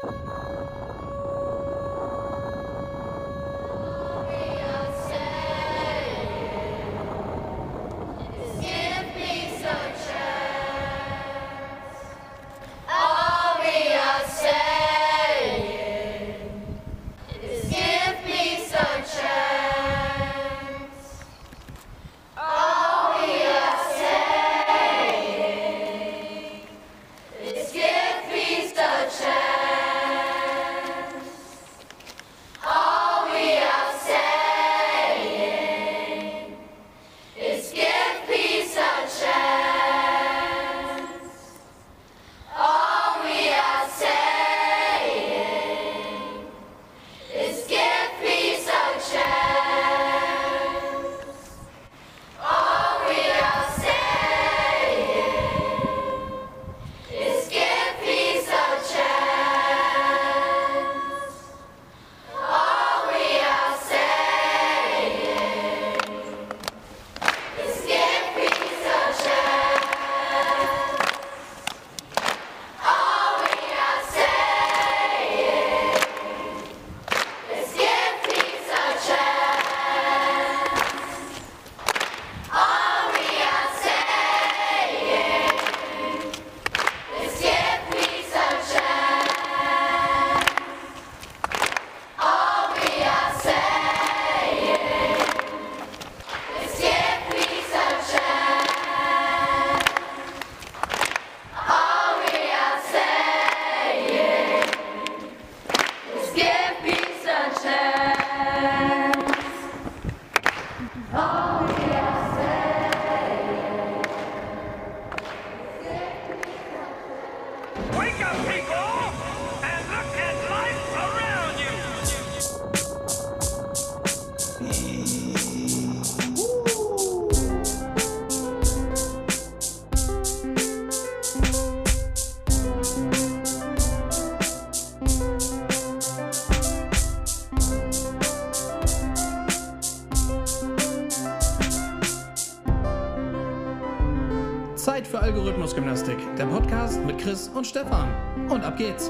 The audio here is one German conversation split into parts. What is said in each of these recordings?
Zeit für Algorithmusgymnastik, der Podcast mit Chris und Stefan. Und ab geht's.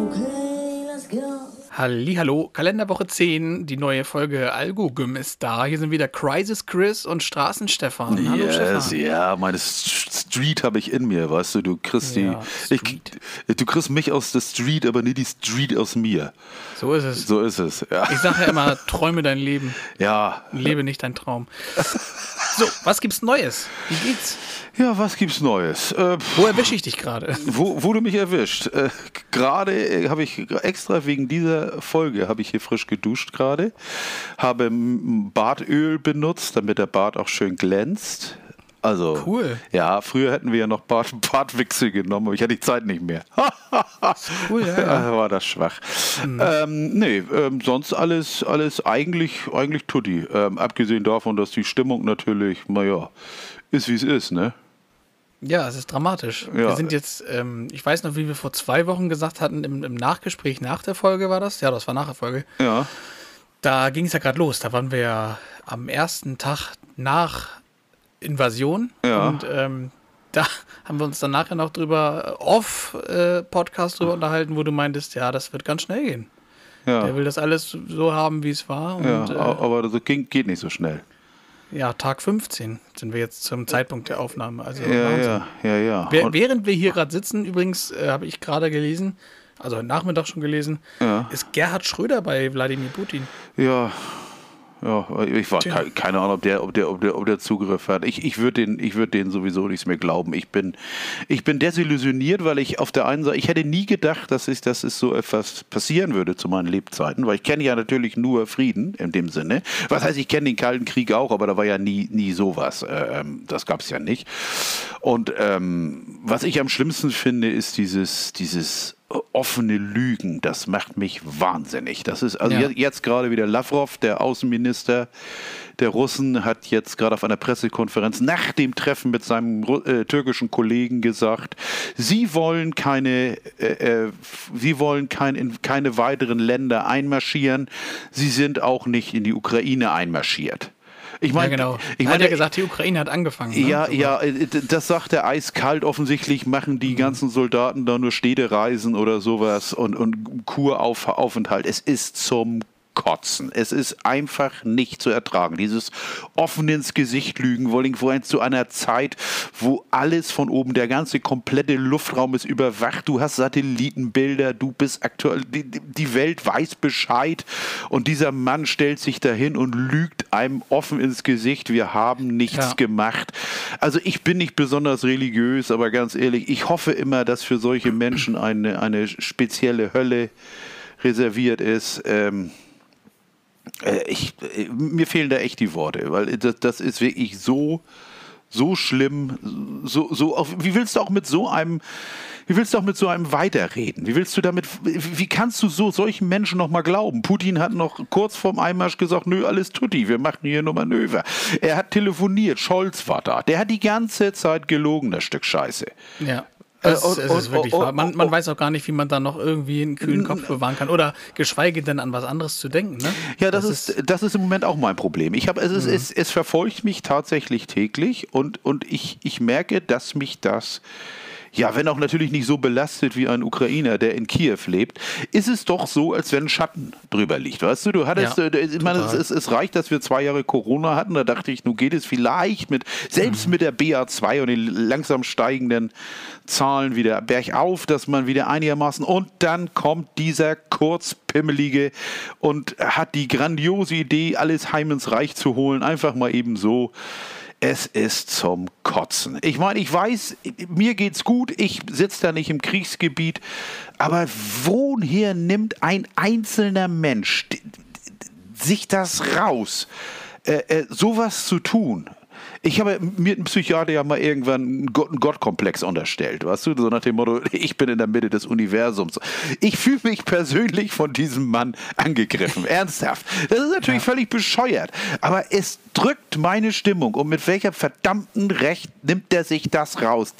Okay, let's go. Hallihallo, Kalenderwoche 10, die neue Folge Algogym ist da. Hier sind wieder Crisis Chris und Straßen Stefan. Hallo Stefan. Ja, meine Street habe ich in mir, weißt du, du kriegst du kriegst mich aus der Street, aber nie die Street aus mir. So ist es. So ist es, ja. Ich sage ja immer, träume dein Leben. Ja. Lebe nicht dein Traum. So, was gibt's Neues? Wie geht's? Ja, was gibt's Neues? Wo erwische ich dich gerade? Wo du mich erwischt. Gerade habe ich extra wegen dieser Folge habe ich hier frisch geduscht gerade. Habe Bartöl benutzt, damit der Bart auch schön glänzt. Also, cool. Ja, früher hätten wir ja noch Bartwichse genommen, aber ich hatte die Zeit nicht mehr. Cool, ja. War das schwach. Sonst alles eigentlich tutti. Abgesehen davon, dass die Stimmung natürlich, naja, ist wie es ist, ne? Ja, es ist dramatisch. Ja. Wir sind jetzt, ich weiß noch, wie wir vor 2 Wochen gesagt hatten, im Nachgespräch nach der Folge war das? Ja, das war nach der Folge. Ja. Da ging es ja gerade los. Da waren wir ja am ersten Tag nach Invasion. Ja. Und da haben wir uns dann nachher noch Podcast drüber unterhalten, wo du meintest, ja, das wird ganz schnell gehen. Ja. Der will das alles so haben, wie es war. Und, aber das geht nicht so schnell. Ja, Tag 15 sind wir jetzt zum Zeitpunkt der Aufnahme. Also Ja. Während wir hier gerade sitzen, übrigens, habe ich gerade gelesen, also heute Nachmittag schon gelesen, ist Gerhard Schröder bei Wladimir Putin. Ja, ich war keine Ahnung, ob der Zugriff hat. Ich würde den sowieso nicht mehr glauben. Ich bin desillusioniert, weil ich auf der einen Seite, ich hätte nie gedacht, dass es so etwas passieren würde zu meinen Lebzeiten, weil ich kenne ja natürlich nur Frieden in dem Sinne. Was heißt, ich kenne den Kalten Krieg auch, aber da war ja nie sowas. Das gab es ja nicht. Und was ich am schlimmsten finde, ist dieses offene Lügen, das macht mich wahnsinnig. Das ist jetzt gerade wieder Lavrov, der Außenminister der Russen, hat jetzt gerade auf einer Pressekonferenz nach dem Treffen mit seinem türkischen Kollegen gesagt, sie wollen keine in keine weiteren Länder einmarschieren. Sie sind auch nicht in die Ukraine einmarschiert. Ich meine, genau. Er hat ja gesagt, die Ukraine hat angefangen. Ja, das sagt er eiskalt. Offensichtlich machen die ganzen Soldaten da nur Städtereisen oder sowas und Kuraufenthalt. Es ist zum Kotzen. Es ist einfach nicht zu ertragen. Dieses offen ins Gesicht lügen wollen, vorhin zu einer Zeit, wo alles von oben, der ganze komplette Luftraum ist überwacht. Du hast Satellitenbilder, du bist aktuell, die Welt weiß Bescheid und dieser Mann stellt sich dahin und lügt einem offen ins Gesicht. Wir haben nichts gemacht. Also ich bin nicht besonders religiös, aber ganz ehrlich, ich hoffe immer, dass für solche Menschen eine spezielle Hölle reserviert ist. Mir fehlen da echt die Worte, weil das ist wirklich so schlimm, wie willst du auch mit so einem weiterreden? Wie kannst du solchen Menschen noch mal glauben? Putin hat noch kurz vorm Einmarsch gesagt, nö, alles tutti, wir machen hier nur Manöver. Er hat telefoniert, Scholz war da, der hat die ganze Zeit gelogen, das Stück Scheiße. Ja. Es ist wirklich wahr. Man weiß auch gar nicht, wie man da noch irgendwie einen kühlen Kopf bewahren kann oder geschweige denn an was anderes zu denken. Ne? Ja, das ist im Moment auch mein Problem. Es verfolgt mich tatsächlich täglich und ich merke, dass mich das, ja, wenn auch natürlich nicht so belastet wie ein Ukrainer, der in Kiew lebt, ist es doch so, als wenn ein Schatten drüber liegt. Weißt du, ich meine, es reicht, dass wir 2 Jahre Corona hatten, da dachte ich, nun geht es vielleicht selbst mit der BA2 und den langsam steigenden Zahlen wieder bergauf, dass man wieder einigermaßen, und dann kommt dieser Kurzpimmelige und hat die grandiose Idee, alles heim ins Reich zu holen, einfach mal eben so. Es ist zum Kotzen. Ich meine, ich weiß, mir geht's gut, ich sitze da nicht im Kriegsgebiet, aber woher nimmt ein einzelner Mensch sich das raus, sowas zu tun? Ich habe mir ein Psychiater ja mal irgendwann einen Gottkomplex unterstellt, weißt du, so nach dem Motto, ich bin in der Mitte des Universums. Ich fühle mich persönlich von diesem Mann angegriffen, ernsthaft. Das ist natürlich völlig bescheuert, aber es drückt meine Stimmung und mit welcher verdammten Recht nimmt er sich das raus,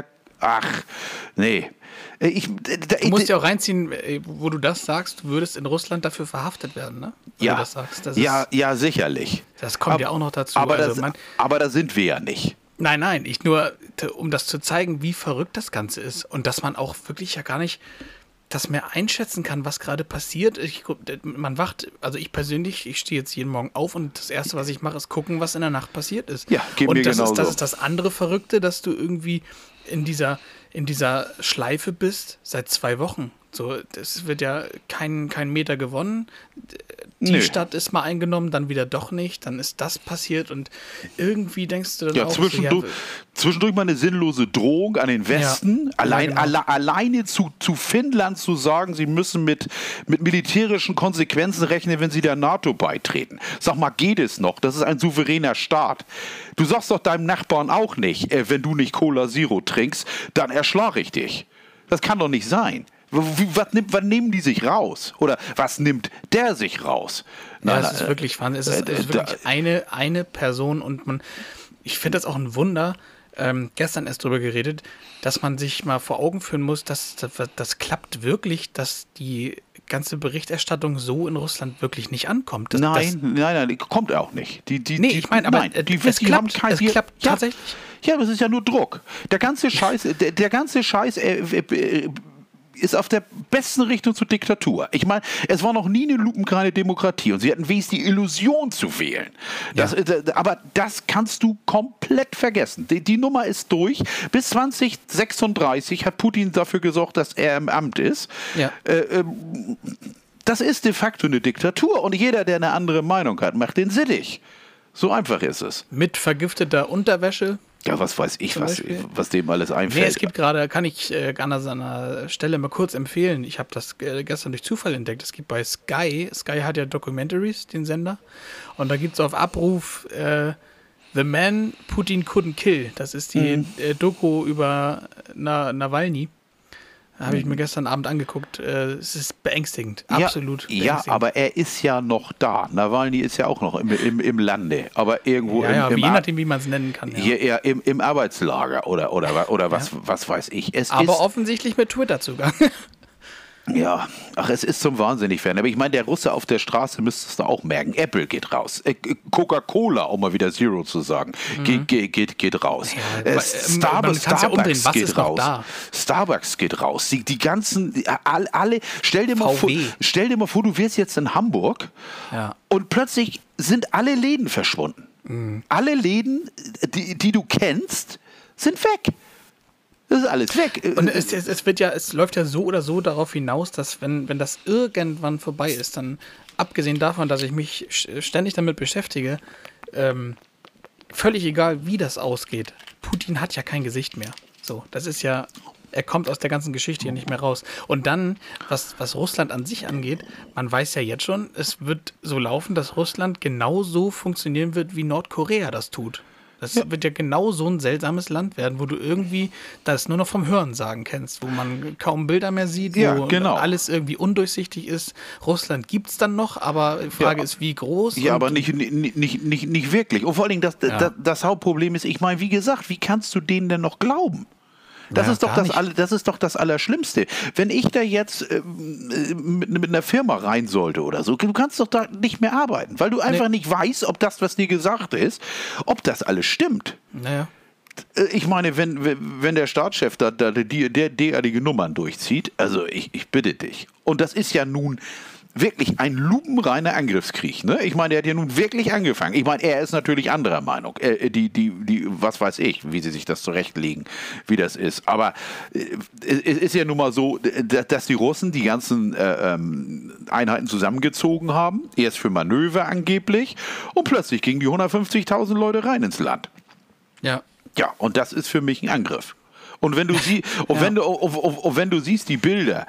nee. Du musst ja auch reinziehen, wo du das sagst, du würdest in Russland dafür verhaftet werden, ne? Wenn du das sagst. Ja, sicherlich. Das kommt ja auch noch dazu. Aber da sind wir ja nicht. Nein, um das zu zeigen, wie verrückt das Ganze ist und dass man auch wirklich ja gar nicht das mehr einschätzen kann, was gerade passiert. Man wacht, also ich persönlich, ich stehe jetzt jeden Morgen auf und das Erste, was ich mache, ist gucken, was in der Nacht passiert ist. Ja, geht mir genauso. Und das ist das andere Verrückte, dass du irgendwie in dieser Schleife bist seit 2 Wochen. So, es wird ja kein Meter gewonnen. Die Stadt ist mal eingenommen, dann wieder doch nicht. Dann ist das passiert und irgendwie denkst du dann auch... Zwischendurch mal eine sinnlose Drohung an den Westen. Ja, alleine zu Finnland zu sagen, sie müssen mit militärischen Konsequenzen rechnen, wenn sie der NATO beitreten. Sag mal, geht es noch? Das ist ein souveräner Staat. Du sagst doch deinem Nachbarn auch nicht, wenn du nicht Cola Zero trinkst, dann erschlage ich dich. Das kann doch nicht sein. Was nehmen die sich raus? Oder was nimmt der sich raus? Es ist wirklich Wahnsinn. Es ist wirklich eine Person und ich finde das auch ein Wunder, gestern erst drüber geredet, dass man sich mal vor Augen führen muss, dass das klappt wirklich, dass die ganze Berichterstattung so in Russland wirklich nicht ankommt. Nein, kommt auch nicht. Es klappt tatsächlich. Ja, das ist ja nur Druck. Der ganze Scheiß ist auf der besten Richtung zur Diktatur. Ich meine, es war noch nie eine lupenreine Demokratie und sie hatten wenigstens die Illusion zu wählen. Aber das kannst du komplett vergessen. Die Nummer ist durch. Bis 2036 hat Putin dafür gesorgt, dass er im Amt ist. Ja. Das ist de facto eine Diktatur und jeder, der eine andere Meinung hat, macht den sittig. So einfach ist es. Mit vergifteter Unterwäsche. Ja, was weiß ich, was dem alles einfällt. Nee, es gibt gerade, kann ich an seiner Stelle mal kurz empfehlen, ich habe das gestern durch Zufall entdeckt, es gibt bei Sky hat ja Documentaries, den Sender, und da gibt es auf Abruf The Man Putin Couldn't Kill, das ist die Doku über Nawalny. Habe ich mir gestern Abend angeguckt. Es ist beängstigend. Absolut beängstigend. Ja, aber er ist ja noch da. Nawalny ist ja auch noch im Lande. Aber irgendwo je nachdem, wie man es nennen kann. Ja. Hier eher im Arbeitslager oder was weiß ich. Aber offensichtlich mit Twitter-Zugang. Ja, ach, es ist zum Wahnsinnig werden. Aber ich meine, der Russe auf der Straße müsste es da auch merken. Apple geht raus. Coca-Cola, um mal wieder Zero zu sagen, geht raus. Starbucks geht raus. Starbucks geht raus. Die ganzen, alle, stell dir mal vor, du wärst jetzt in Hamburg und plötzlich sind alle Läden verschwunden. Alle Läden, die du kennst, sind weg. Das ist alles weg. Und es läuft ja so oder so darauf hinaus, dass wenn das irgendwann vorbei ist, dann abgesehen davon, dass ich mich ständig damit beschäftige, völlig egal, wie das ausgeht, Putin hat ja kein Gesicht mehr. So, das ist ja, er kommt aus der ganzen Geschichte hier nicht mehr raus. Und dann, was Russland an sich angeht, man weiß ja jetzt schon, es wird so laufen, dass Russland genauso funktionieren wird, wie Nordkorea das tut. Das wird ja genau so ein seltsames Land werden, wo du irgendwie das nur noch vom Hörensagen kennst, wo man kaum Bilder mehr sieht, wo alles irgendwie undurchsichtig ist. Russland gibt es dann noch, aber die Frage ist, wie groß? Ja, aber nicht wirklich. Und vor allen Dingen, das Hauptproblem ist, ich meine, wie gesagt, wie kannst du denen denn noch glauben? Das ist doch das Allerschlimmste. Wenn ich da jetzt mit einer Firma rein sollte oder so, du kannst doch da nicht mehr arbeiten, weil du einfach nicht weißt, ob das, was dir gesagt ist, ob das alles stimmt. Naja. Ich meine, wenn der Staatschef da derartige Nummern durchzieht, also ich bitte dich. Und das ist ja nun wirklich ein lupenreiner Angriffskrieg. Ne? Ich meine, der hat ja nun wirklich angefangen. Ich meine, er ist natürlich anderer Meinung. Was weiß ich, wie sie sich das zurechtlegen, wie das ist. Aber es ist ja nun mal so, dass die Russen die ganzen Einheiten zusammengezogen haben. Erst für Manöver angeblich. Und plötzlich gingen die 150.000 Leute rein ins Land. Ja. Ja, und das ist für mich ein Angriff. Und wenn du wenn du siehst die Bilder,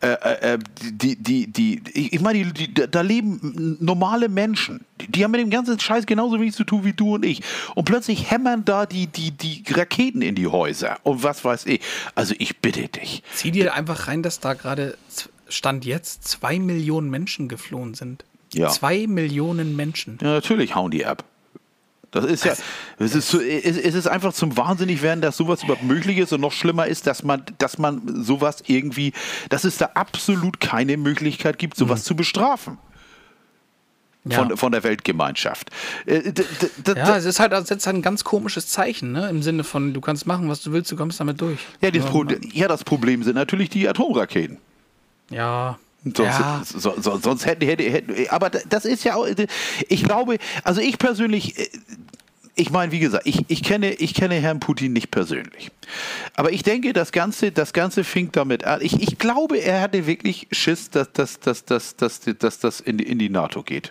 ich meine, da leben normale Menschen, die haben mit dem ganzen Scheiß genauso wenig zu tun wie du und ich. Und plötzlich hämmern da die Raketen in die Häuser und was weiß ich. Also ich bitte dich. Zieh dir einfach rein, dass da gerade Stand jetzt 2 Millionen Menschen geflohen sind. Ja. 2 Millionen Menschen. Ja, natürlich hauen die ab. Das ist ja, es ist einfach zum Wahnsinnigwerden, dass sowas überhaupt möglich ist und noch schlimmer ist, dass man sowas irgendwie, dass es da absolut keine Möglichkeit gibt, sowas zu bestrafen. Von der Weltgemeinschaft. Es ist halt ein ganz komisches Zeichen, ne? Im Sinne von, du kannst machen, was du willst, du kommst damit durch. Das Problem sind natürlich die Atomraketen. Ja. Sonst hätte, aber das ist ja auch, ich glaube, also ich persönlich, ich meine, wie gesagt, ich kenne Herrn Putin nicht persönlich. Aber ich denke, das Ganze fing damit an. Ich glaube, er hatte wirklich Schiss, dass das in die NATO geht.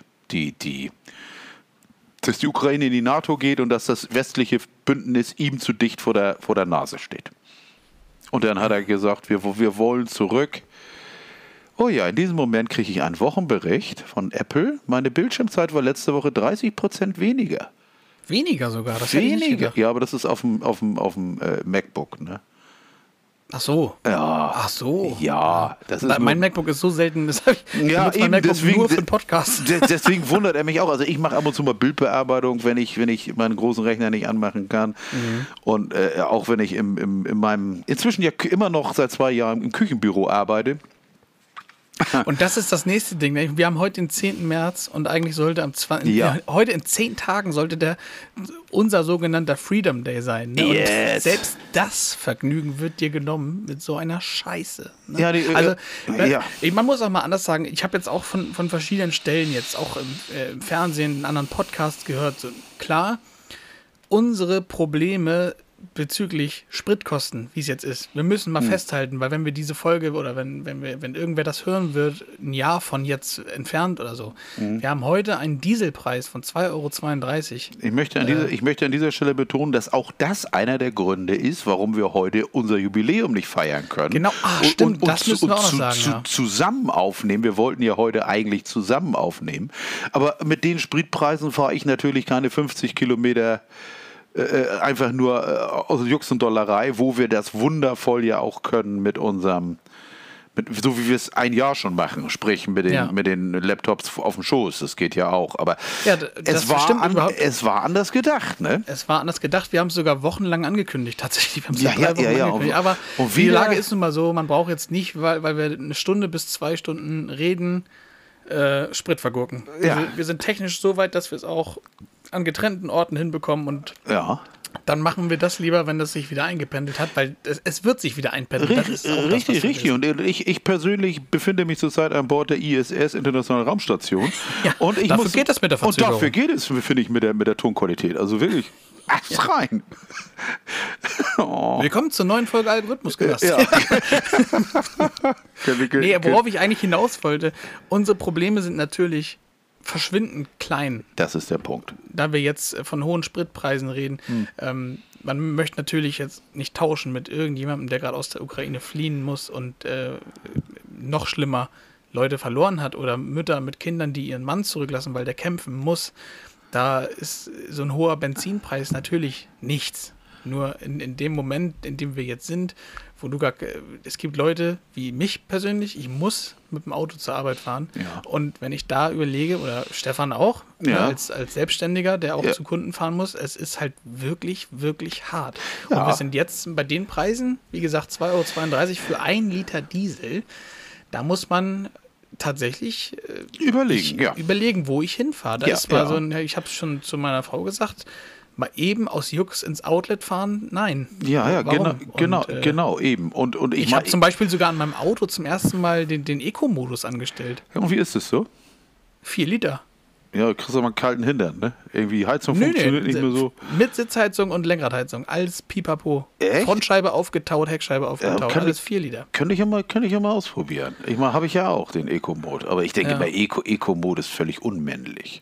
Dass die Ukraine in die NATO geht und dass das westliche Bündnis ihm zu dicht vor der Nase steht. Und dann hat er gesagt, wir wollen zurück. Oh ja, in diesem Moment kriege ich einen Wochenbericht von Apple. Meine Bildschirmzeit war letzte Woche 30% weniger. Weniger sogar? Das weniger? Ja, aber das ist auf dem MacBook, ne? Ach so. Ja. Ach so. Ja. Das ist mein MacBook ist so selten, das habe ich mein MacBook deswegen, nur für den Podcast. Deswegen wundert er mich auch. Also ich mache ab und zu mal Bildbearbeitung, wenn ich meinen großen Rechner nicht anmachen kann. Mhm. Und auch wenn ich in meinem, inzwischen ja immer noch seit 2 Jahren im Küchenbüro arbeite. Und das ist das nächste Ding. Wir haben heute den 10. März und eigentlich sollte heute in 10 Tagen sollte unser sogenannter Freedom Day sein. Ne? Yes. Und selbst das Vergnügen wird dir genommen mit so einer Scheiße. Ne? Ja, man muss auch mal anders sagen, ich habe jetzt auch von verschiedenen Stellen jetzt auch im Fernsehen, in anderen Podcasts gehört, so, klar, unsere Probleme bezüglich Spritkosten, wie es jetzt ist. Wir müssen mal festhalten, weil wenn wir diese Folge oder wenn irgendwer das hören wird, ein Jahr von jetzt entfernt oder so, wir haben heute einen Dieselpreis von 2,32 €. Ich möchte an dieser Stelle betonen, dass auch das einer der Gründe ist, warum wir heute unser Jubiläum nicht feiern können. Genau, stimmt, das müssen wir auch noch sagen. Zusammen aufnehmen. Wir wollten ja heute eigentlich zusammen aufnehmen. Aber mit den Spritpreisen fahre ich natürlich keine 50 Kilometer einfach nur aus Jux und Dollerei, wo wir das wundervoll ja auch können mit unserem So wie wir es ein Jahr schon machen, sprich mit den Laptops auf dem Schoß, das geht ja auch. Aber es war anders gedacht, ne? Es war anders gedacht, wir haben es sogar wochenlang angekündigt, tatsächlich. Wir haben es 3 Wochen angekündigt. Aber die Lage ist nun mal so, man braucht jetzt nicht, weil wir 1 Stunde bis 2 Stunden reden, Sprit vergurken. Ja. Wir sind technisch so weit, dass wir es auch an getrennten Orten hinbekommen und dann machen wir das lieber, wenn das sich wieder eingependelt hat, weil es wird sich wieder einpendeln. Richtig. Und ich persönlich befinde mich zurzeit an Bord der ISS, Internationale Raumstation. Ja, und dafür geht das mit der Verzögerung. Und dafür geht es, finde ich, mit der Tonqualität. Also wirklich. Rein. Willkommen zur neuen Folge Algorithmus-Gelass. Ja. Worauf ich eigentlich hinaus wollte, unsere Probleme sind natürlich verschwindend klein. Das ist der Punkt. Da wir jetzt von hohen Spritpreisen reden, man möchte natürlich jetzt nicht tauschen mit irgendjemandem, der gerade aus der Ukraine fliehen muss und noch schlimmer Leute verloren hat oder Mütter mit Kindern, die ihren Mann zurücklassen, weil der kämpfen muss. Da ist so ein hoher Benzinpreis natürlich nichts. Nur in dem Moment, in dem wir jetzt sind, wo es gibt Leute wie mich persönlich, ich muss mit dem Auto zur Arbeit fahren. Ja. Und wenn ich da überlege, oder Stefan auch, als Selbstständiger, der auch zu Kunden fahren muss, es ist halt wirklich, wirklich hart. Ja. Und wir sind jetzt bei den Preisen, wie gesagt, 2,32 € für 1 Liter Diesel. Da muss man tatsächlich überlegen, wo ich hinfahre. Ich habe es schon zu meiner Frau gesagt, mal eben aus Jux ins Outlet fahren, nein. Genau, eben. Und ich habe zum Beispiel sogar an meinem Auto zum ersten Mal den Eco-Modus angestellt. Und wie ist das so? 4 Liter. Ja, du kriegst aber einen kalten Hintern, ne? Irgendwie Heizung funktioniert nicht mehr so. Mit Sitzheizung und Lenkradheizung, alles pipapo. Echt? Frontscheibe aufgetaut, Heckscheibe aufgetaut, alles 4 Liter. Könnte ich ja mal ausprobieren. Habe ich ja auch, den Eco-Mode. Aber ich denke, bei Eco-Mode ist völlig unmännlich.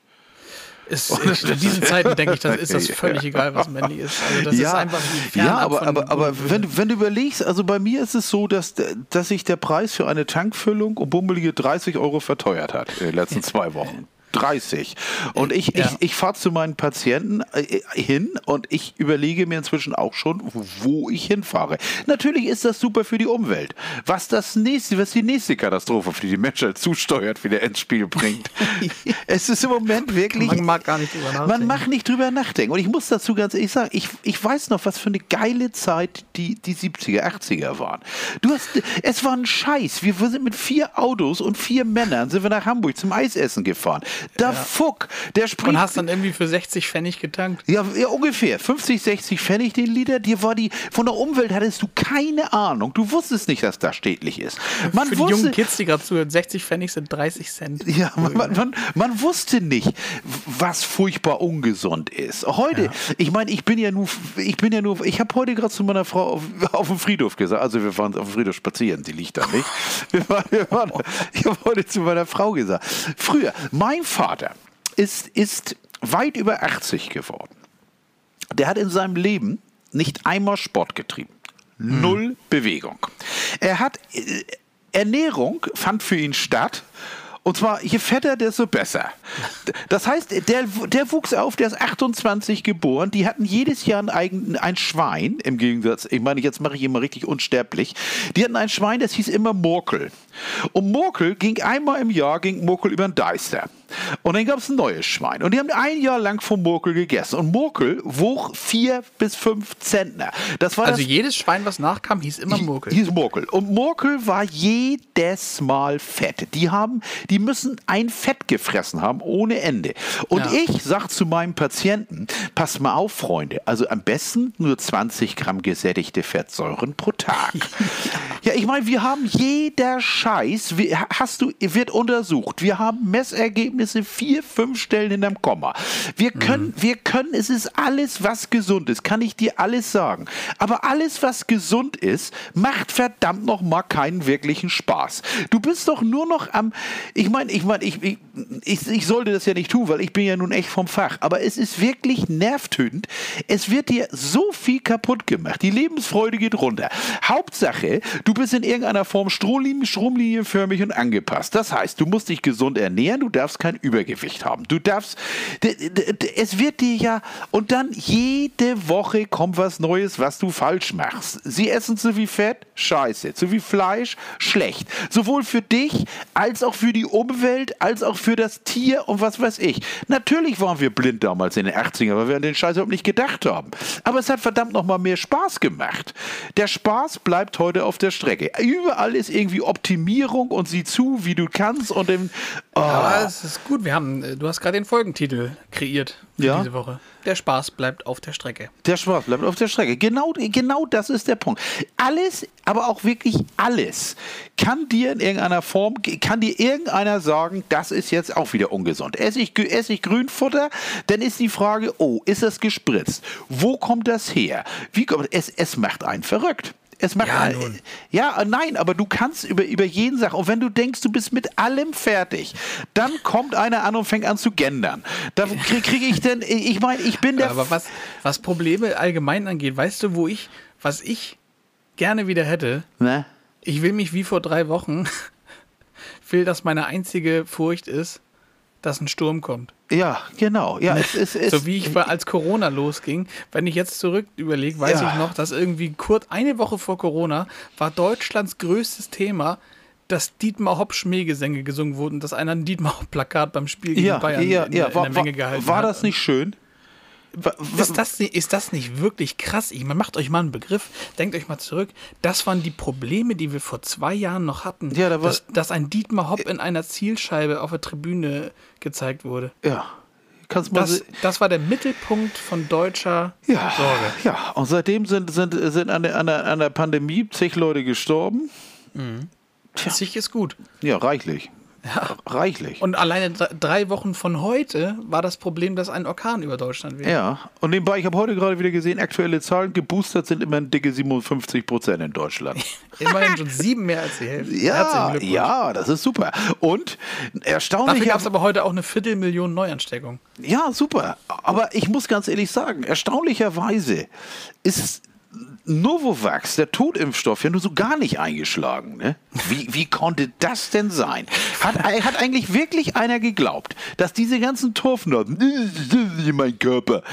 In diesen Zeiten, denke ich, ist das völlig egal, was männlich ist. Also das ist einfach aber wenn du überlegst, also bei mir ist es so, dass sich der Preis für eine Tankfüllung um bummelige 30 € verteuert hat in den letzten 2 Wochen. 30. Und ich fahre zu meinen Patienten hin und ich überlege mir inzwischen auch schon, wo ich hinfahre. Natürlich ist das super für die Umwelt. Was die nächste Katastrophe für die Menschheit zusteuert, wie der Endspiel bringt. Es ist im Moment wirklich... Man mag gar nicht drüber nachdenken. Man mag nicht drüber nachdenken. Und ich muss dazu ganz ehrlich sagen, ich weiß noch, was für eine geile Zeit die 70er, 80er waren. Es war ein Scheiß. Wir sind mit 4 Autos und 4 Männern sind wir nach Hamburg zum Eisessen gefahren. Fuck, der springt. Und hast dann irgendwie für 60 Pfennig getankt? Ja, ungefähr. 50, 60 Pfennig den Liter. Von der Umwelt hattest du keine Ahnung. Du wusstest nicht, dass das schädlich ist. Für die jungen Kids, die gerade zuhören, 60 Pfennig sind 30 Cent. Ja, man wusste nicht, was furchtbar ungesund ist. Heute, ich meine, ich habe heute gerade zu meiner Frau auf dem Friedhof gesagt, also wir waren auf dem Friedhof spazieren, die liegt da nicht. Ich habe heute zu meiner Frau gesagt, früher, mein Vater ist weit über 80 geworden. Der hat in seinem Leben nicht einmal Sport getrieben. 0 Bewegung. Ernährung fand für ihn statt. Und zwar, je fetter, desto besser. Das heißt, der wuchs auf, der ist 28 geboren, die hatten jedes Jahr ein Schwein, im Gegensatz, ich meine, jetzt mache ich ihn mal richtig unsterblich, die hatten ein Schwein, das hieß immer Murkel. Und Murkel ging einmal im Jahr über den Deister. Und dann gab es ein neues Schwein. Und die haben 1 Jahr lang vom Murkel gegessen. Und Murkel wog 4 bis 5 Zentner. Jedes Schwein, was nachkam, hieß immer Murkel. Hieß Murkel. Und Murkel war jedes Mal fett. Die müssen ein Fett gefressen haben, ohne Ende. Und ich sag zu meinem Patienten, passt mal auf, Freunde, also am besten nur 20 Gramm gesättigte Fettsäuren pro Tag. Ja, ich meine, wir haben jeder Scheiß, wird untersucht. Wir haben Messergebnisse 4, 5 Stellen hinterm Komma. Wir können, es ist alles, was gesund ist, kann ich dir alles sagen. Aber alles, was gesund ist, macht verdammt noch mal keinen wirklichen Spaß. Du bist doch nur noch ich sollte das ja nicht tun, weil ich bin ja nun echt vom Fach, aber es ist wirklich nervtötend. Es wird dir so viel kaputt gemacht. Die Lebensfreude geht runter. Hauptsache, Du bist in irgendeiner Form stromlinienförmig und angepasst. Das heißt, du musst dich gesund ernähren, du darfst kein Übergewicht haben. Du darfst, es wird dir ja, und dann jede Woche kommt was Neues, was du falsch machst. Sie essen zu viel Fett, scheiße. Zu viel Fleisch, schlecht. Sowohl für dich, als auch für die Umwelt, als auch für das Tier und was weiß ich. Natürlich waren wir blind damals in den 80ern, weil wir an den Scheiß überhaupt nicht gedacht haben. Aber es hat verdammt noch mal mehr Spaß gemacht. Der Spaß bleibt heute auf der Strecke. Überall ist irgendwie Optimierung und sieh zu, wie du kannst und Aber es ist gut, du hast gerade den Folgentitel kreiert für diese Woche. Der Spaß bleibt auf der Strecke. Der Spaß bleibt auf der Strecke. Genau das ist der Punkt. Alles, aber auch wirklich alles, kann dir in irgendeiner Form, kann dir irgendeiner sagen, das ist jetzt auch wieder ungesund. Esse ich Grünfutter, dann ist die Frage, ist das gespritzt? Wo kommt das her? Es macht einen verrückt. Nein, aber du kannst über jeden Sachen, und wenn du denkst, du bist mit allem fertig, dann kommt einer an und fängt an zu gendern. Da kriege ich denn, ich meine, ich bin der... Aber was Probleme allgemein angeht, weißt du, was ich gerne wieder hätte? Ne? Ich will mich wie vor 3 Wochen, dass meine einzige Furcht ist, dass ein Sturm kommt. Ja, genau. Ja, so wie ich als Corona losging. Wenn ich jetzt zurück überlege, weiß ich noch, dass irgendwie kurz eine Woche vor Corona war Deutschlands größtes Thema, dass Dietmar Hopp Schmähgesänge gesungen wurden, dass einer ein Dietmar Hopp Plakat beim Spiel gegen Bayern in der Menge gehalten hat. War das nicht schön? Ist das nicht wirklich krass? Man macht euch mal einen Begriff, denkt euch mal zurück. Das waren die Probleme, die wir vor 2 Jahren noch hatten. Ja, dass ein Dietmar Hopp in einer Zielscheibe auf der Tribüne gezeigt wurde. Ja. Das war der Mittelpunkt von deutscher Sorge. Ja, und seitdem sind an der Pandemie zig Leute gestorben. Mhm. Zig ist gut. Ja, reichlich. Ja. Reichlich. Und alleine 3 Wochen von heute war das Problem, dass ein Orkan über Deutschland wäre. Ja, und nebenbei, ich habe heute gerade wieder gesehen, aktuelle Zahlen, geboostert sind immerhin dicke 57% in Deutschland. Immerhin schon 7 mehr als die Hälfte. Ja, das ist super. Und erstaunlich... Dafür gab es aber heute auch eine 250.000 Neuansteckungen. Ja, super. Aber ich muss ganz ehrlich sagen, erstaunlicherweise ist Novavax, der Totimpfstoff, ja nur so gar nicht eingeschlagen. Ne? Wie konnte das denn sein? Hat eigentlich wirklich einer geglaubt, dass diese ganzen Torfnoten, mein Körper,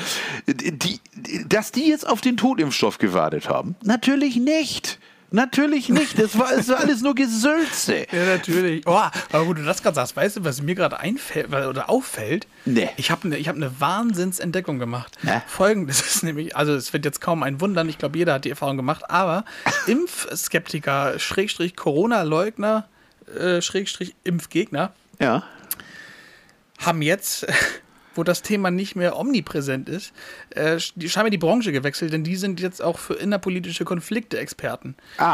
dass die jetzt auf den Totimpfstoff gewartet haben? Natürlich nicht. Natürlich nicht. Es war alles nur Gesülze. Ja, natürlich. Aber wo du das gerade sagst, weißt du, was mir gerade auffällt? Nee. Ich habe eine Wahnsinnsentdeckung gemacht. Ne? Folgendes ist nämlich, also es wird jetzt kaum einen wundern, ich glaube, jeder hat die Erfahrung gemacht, aber Impfskeptiker, Corona-Leugner, Impfgegner, haben jetzt... wo das Thema nicht mehr omnipräsent ist, scheinbar die Branche gewechselt, denn die sind jetzt auch für innerpolitische Konflikte Experten.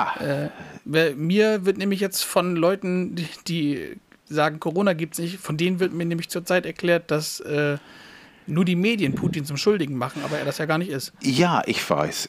Mir wird nämlich jetzt von Leuten, die sagen, Corona gibt's nicht, von denen wird mir nämlich zurzeit erklärt, dass nur die Medien Putin zum Schuldigen machen, aber er das ja gar nicht ist. Ja, ich weiß.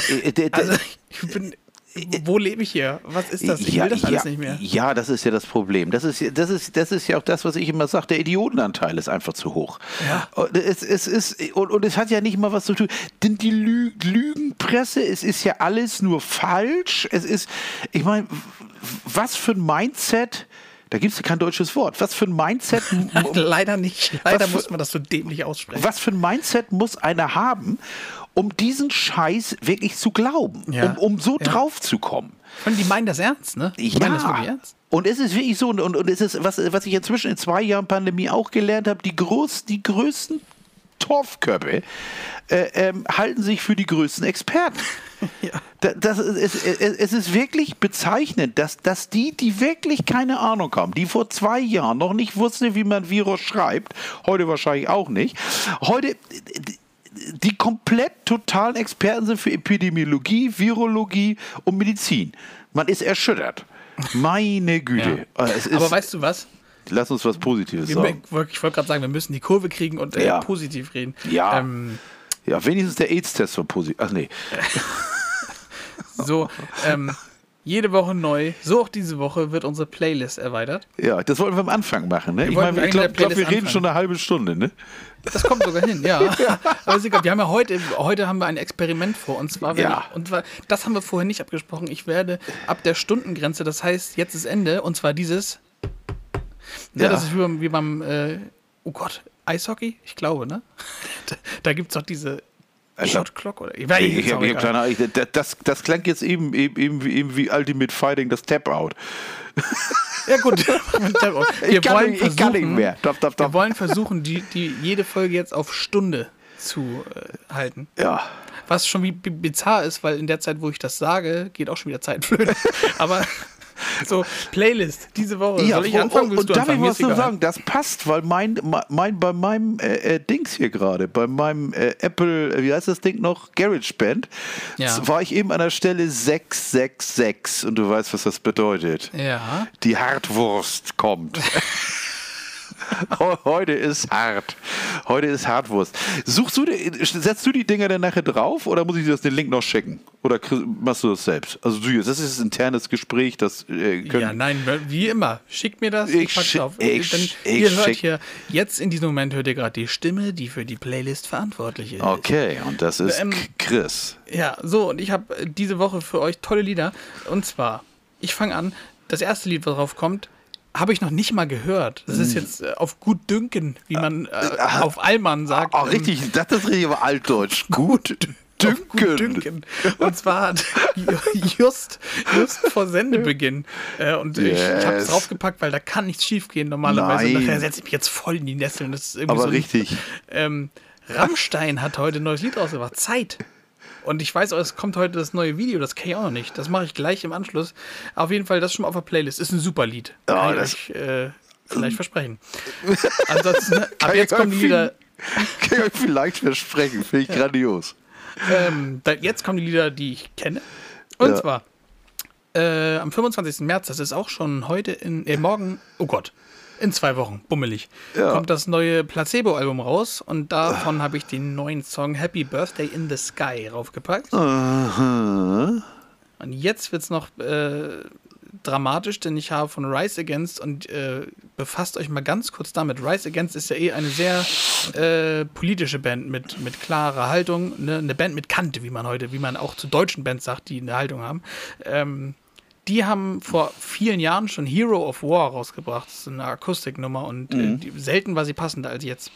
Wo lebe ich hier? Was ist das? Ich will das alles nicht mehr. Ja, das ist ja das Problem. Das ist ja auch das, was ich immer sage. Der Idiotenanteil ist einfach zu hoch. Ja. Und es hat ja nicht mal was zu tun. Denn die Lügenpresse, es ist ja alles nur falsch. Ich meine, was für ein Mindset... Da gibt es ja kein deutsches Wort. Was für ein Mindset... Leider nicht. Leider muss man das so dämlich aussprechen. Was für ein Mindset muss einer haben, um diesen Scheiß wirklich zu glauben? Um so drauf zu kommen? Und die meinen das ernst, ne? Die meinen das wirklich ernst. Und es ist wirklich so, und es ist, was ich inzwischen in 2 Jahren Pandemie auch gelernt habe, die größten Torfköpfe halten sich für die größten Experten. Ja. Es ist wirklich bezeichnend, dass die wirklich keine Ahnung haben, die vor 2 Jahren noch nicht wussten, wie man Virus schreibt, heute wahrscheinlich auch nicht, heute die komplett totalen Experten sind für Epidemiologie, Virologie und Medizin. Man ist erschüttert. Meine Güte. Ja. Aber weißt du was? Lass uns was Positives sagen. Ich wollte gerade sagen, wir müssen die Kurve kriegen und positiv reden. Ja. Ja, wenigstens der AIDS-Test war positiv. Ach nee. So, Jede Woche neu. So auch diese Woche wird unsere Playlist erweitert. Ja, das wollten wir am Anfang machen, ne? Wir Ich wollten meine, ich eigentlich glaube, mit der wir reden Playlist schon eine halbe Stunde, ne? Das kommt sogar hin, ja. Aber ist egal. Wir haben ja heute haben wir ein Experiment vor. Und zwar, das haben wir vorher nicht abgesprochen. Ich werde ab der Stundengrenze, das heißt, jetzt ist Ende, und zwar dieses. Ja, das ist wie beim oh Gott, Eishockey? Ich glaube, ne? Da gibt es doch diese Shot Clock oder. Ich habe keine Ahnung. Das klang jetzt eben wie Ultimate Fighting, das Tap-Out. Ja gut, wir wollen versuchen, jede Folge jetzt auf Stunde zu halten. Ja. Was schon wie bizarr ist, weil in der Zeit, wo ich das sage, geht auch schon wieder Zeit flöten. Aber so, Playlist, diese Woche. Ja, soll ich anfangen? Und darf ich was zu sagen? Das passt, weil bei meinem Dings hier gerade, bei meinem Apple, wie heißt das Ding noch? GarageBand, war ich eben an der Stelle 666 und du weißt, was das bedeutet. Ja. Die Hartwurst kommt. Heute ist hart. Heute ist Hartwurst. Setzt du die Dinger dann nachher drauf oder muss ich dir den Link noch schicken? Oder machst du das selbst? Also das ist ein internes Gespräch, das nein, wie immer. Schickt mir das, ich pack's drauf. Ihr hört hier, jetzt in diesem Moment hört ihr gerade die Stimme, die für die Playlist verantwortlich ist. Okay, und das ist Chris. Ja, so, und ich habe diese Woche für euch tolle Lieder. Und zwar, ich fange an, das erste Lied, was drauf kommt, habe ich noch nicht mal gehört. Das ist jetzt auf gut Dünken, wie man auf Allmann sagt. Richtig, das ist richtig aber altdeutsch. Gut Dünken. Und zwar just vor Sendebeginn. Und ich habe es draufgepackt, weil da kann nichts schief gehen normalerweise. Nachher setze ich mich jetzt voll in die Nesseln. Das ist irgendwie aber so richtig. Rammstein hat heute ein neues Lied rausgebracht. Zeit. Und ich weiß auch, es kommt heute das neue Video, das kenne ich auch noch nicht. Das mache ich gleich im Anschluss. Auf jeden Fall, das schon mal auf der Playlist. Ist ein super Lied. Kann ich euch vielleicht versprechen. Ansonsten, ab jetzt kommen die Lieder. Kann ich euch vielleicht versprechen. Finde ich grandios. Jetzt kommen die Lieder, die ich kenne. Und zwar am 25. März, das ist auch schon morgen, oh Gott, in 2 Wochen, bummelig, kommt das neue Placebo-Album raus und davon habe ich den neuen Song Happy Birthday in the Sky raufgepackt. Und jetzt wird es noch dramatisch, denn ich habe von Rise Against und befasst euch mal ganz kurz damit. Rise Against ist ja eine sehr politische Band mit klarer Haltung, ne? Eine Band mit Kante, wie man auch zu deutschen Bands sagt, die eine Haltung haben. Die haben vor vielen Jahren schon Hero of War rausgebracht. Das ist eine Akustiknummer und selten war sie passender als jetzt.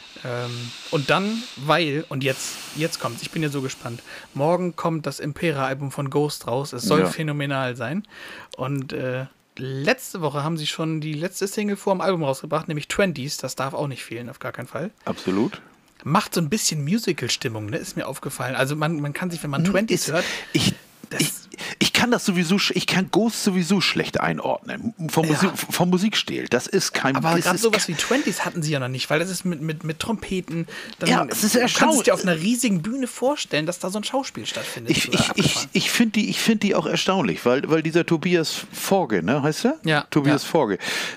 Und dann, und jetzt kommt's, ich bin ja so gespannt. Morgen kommt das Impera-Album von Ghost raus. Es soll phänomenal sein. Und letzte Woche haben sie schon die letzte Single vor dem Album rausgebracht, nämlich 20s. Das darf auch nicht fehlen, auf gar keinen Fall. Absolut. Macht so ein bisschen Musical-Stimmung, ne? Ist mir aufgefallen. Also man kann sich, wenn man 20s hört... Ich kann Ghost sowieso schlecht einordnen. Vom Musikstil. Das ist kein... Aber gerade sowas wie 20s hatten sie ja noch nicht, weil das ist mit Trompeten. Es ist erstaunlich. Du kannst es dir auf einer riesigen Bühne vorstellen, dass da so ein Schauspiel stattfindet. Ich finde die auch erstaunlich, weil dieser Tobias Forge, ne, heißt er? Ja. Tobias Forge.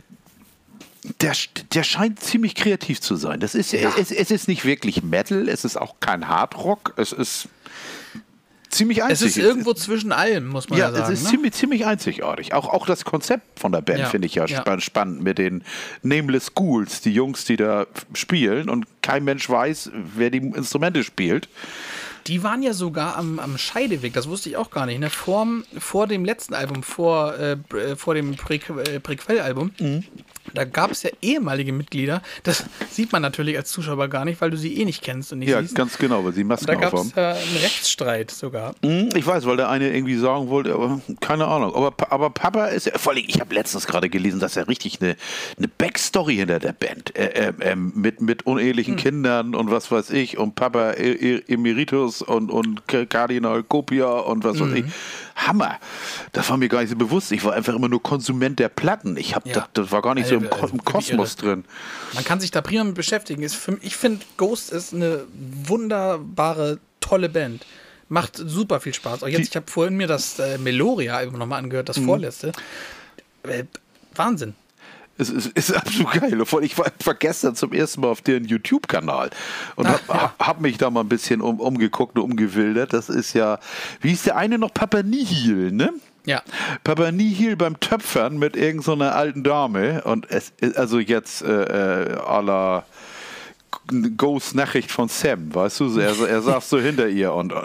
Der scheint ziemlich kreativ zu sein. Es ist nicht wirklich Metal, es ist auch kein Hardrock, es ist... ziemlich einzigartig. Es ist irgendwo zwischen allem, muss man sagen. Ja, es ist ziemlich einzigartig. Auch das Konzept von der Band finde ich spannend mit den Nameless Ghouls, die Jungs, die da spielen und kein Mensch weiß, wer die Instrumente spielt. Die waren ja sogar am Scheideweg, das wusste ich auch gar nicht. Ne? Vor dem letzten Album, vor dem Prequel-Album, da gab es ja ehemalige Mitglieder. Das sieht man natürlich als Zuschauer gar nicht, weil du sie nicht kennst und nicht siehst. Ja, ganz genau, weil sie Masken aufhaben. Da gab es einen Rechtsstreit sogar. Ich weiß, weil der eine irgendwie sagen wollte, aber keine Ahnung. Aber Papa ist ja, vor allem, ich habe letztens gerade gelesen, dass er richtig eine Backstory hinter der Band mit unehelichen Kindern und was weiß ich und Papa Emeritus und Kardinal Copia und was weiß ich. Hammer. Das war mir gar nicht so bewusst. Ich war einfach immer nur Konsument der Platten. Das war gar nicht so im Kosmos drin. Man kann sich da prima mit beschäftigen. Ich finde, Ghost ist eine wunderbare, tolle Band. Macht super viel Spaß. Auch jetzt, ich habe vorhin mir das Meloria-Album nochmal angehört, das vorletzte. Wahnsinn. Es ist absolut geil. Ich war gestern zum ersten Mal auf deren YouTube-Kanal und hab mich da mal ein bisschen umgeguckt und umgewildert. Das ist ja, wie hieß der eine noch? Papa Nihil, ne? Ja. Papa Nihil beim Töpfern mit irgend so einer alten Dame und es ist also jetzt à la Ghost-Nachricht von Sam, weißt du, er saß so hinter ihr und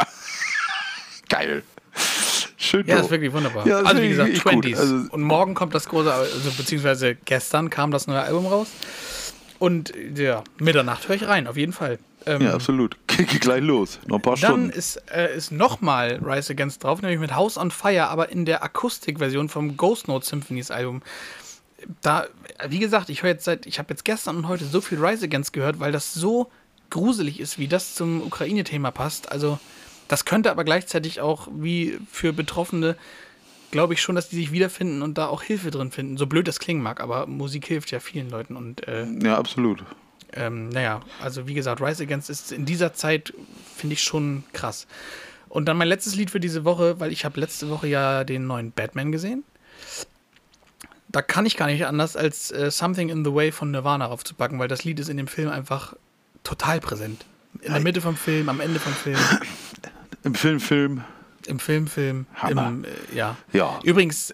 geil. Schön. Ja, das ist wirklich wunderbar. Ja, also wie gesagt, 20s. Also, und morgen kommt das große, also beziehungsweise gestern kam das neue Album raus. Und ja, Mitternacht höre ich rein, auf jeden Fall. ja, absolut. Gleich los. Noch ein paar Dann Stunden. ist nochmal Rise Against drauf, nämlich mit House on Fire, aber in der Akustikversion vom Ghost Note Symphonies Album. Da, wie gesagt, ich habe jetzt gestern und heute so viel Rise Against gehört, weil das so gruselig ist, wie das zum Ukraine-Thema passt. Also, das könnte aber gleichzeitig auch, wie für Betroffene, glaube ich schon, dass die sich wiederfinden und da auch Hilfe drin finden. So blöd das klingen mag, aber Musik hilft ja vielen Leuten. Und ja, absolut. naja, also wie gesagt, Rise Against ist in dieser Zeit, finde ich, schon krass. Und dann mein letztes Lied für diese Woche, weil ich habe letzte Woche ja den neuen Batman gesehen. Da kann ich gar nicht anders, als Something in the Way von Nirvana raufzupacken, weil das Lied ist in dem Film einfach total präsent. In der Mitte vom Film, am Ende vom Film. Im Film. Im Film. Hammer. Ja. Ja. Übrigens,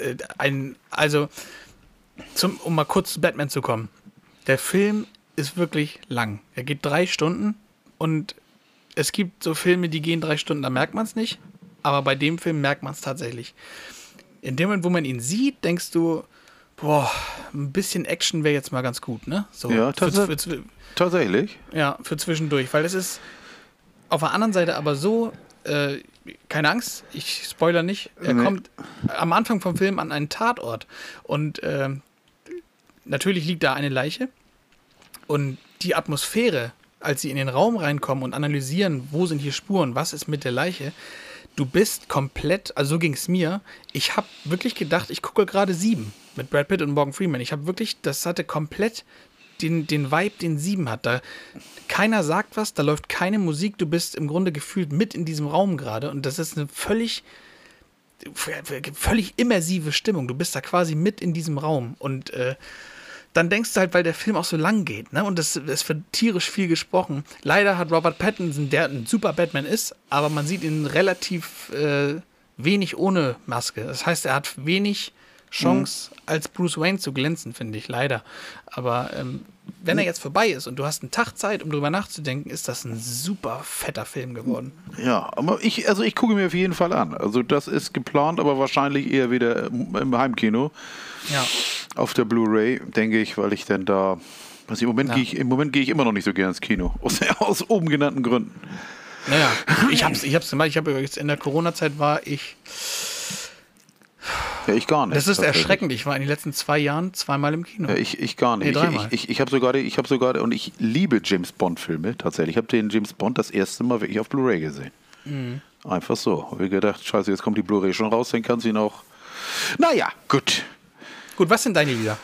um mal kurz zu Batman zu kommen. Der Film ist wirklich lang. Er geht 3 Stunden und es gibt so Filme, die gehen 3 Stunden, da merkt man es nicht. Aber bei dem Film merkt man es tatsächlich. In dem Moment, wo man ihn sieht, denkst du, boah, ein bisschen Action wäre jetzt mal ganz gut, ne? So, Ja, tatsächlich. Ja, für zwischendurch. Weil es ist auf der anderen Seite aber so, keine Angst, ich spoiler nicht, er kommt am Anfang vom Film an einen Tatort und natürlich liegt da eine Leiche und die Atmosphäre, als sie in den Raum reinkommen und analysieren, wo sind hier Spuren, was ist mit der Leiche, du bist komplett, also so ging es mir, ich habe wirklich gedacht, ich gucke gerade 7 mit Brad Pitt und Morgan Freeman, ich habe wirklich, das hatte komplett den Vibe, den 7 hat. Da keiner sagt was, da läuft keine Musik, du bist im Grunde gefühlt mit in diesem Raum gerade und das ist eine völlig immersive Stimmung. Du bist da quasi mit in diesem Raum und dann denkst du halt, weil der Film auch so lang geht, ne? Und es wird tierisch viel gesprochen. Leider hat Robert Pattinson, der ein super Batman ist, aber man sieht ihn relativ wenig ohne Maske. Das heißt, er hat wenig Chance, als Bruce Wayne zu glänzen, finde ich, leider. Aber wenn er jetzt vorbei ist und du hast einen Tag Zeit, um drüber nachzudenken, ist das ein super fetter Film geworden. Ja, aber ich gucke mir auf jeden Fall an. Also das ist geplant, aber wahrscheinlich eher wieder im Heimkino. Ja. Auf der Blu-ray, denke ich, weil ich dann da... Also im Moment gehe ich immer noch nicht so gerne ins Kino. Aus oben genannten Gründen. Naja, ich hab's gemacht. Ich habe jetzt in der Corona-Zeit war ich... Ja, ich gar nicht. Das ist erschreckend. Ich war in den letzten 2 Jahren 2-mal im Kino. Ja, ich gar nicht. Nee, 3-mal. Ich habe sogar, und ich liebe James Bond-Filme tatsächlich. Ich habe den James Bond das erste Mal wirklich auf Blu-ray gesehen. Mhm. Einfach so. Habe ich gedacht, scheiße, jetzt kommt die Blu-ray schon raus, dann kann sie noch... Naja, gut. Gut, was sind deine Lieder?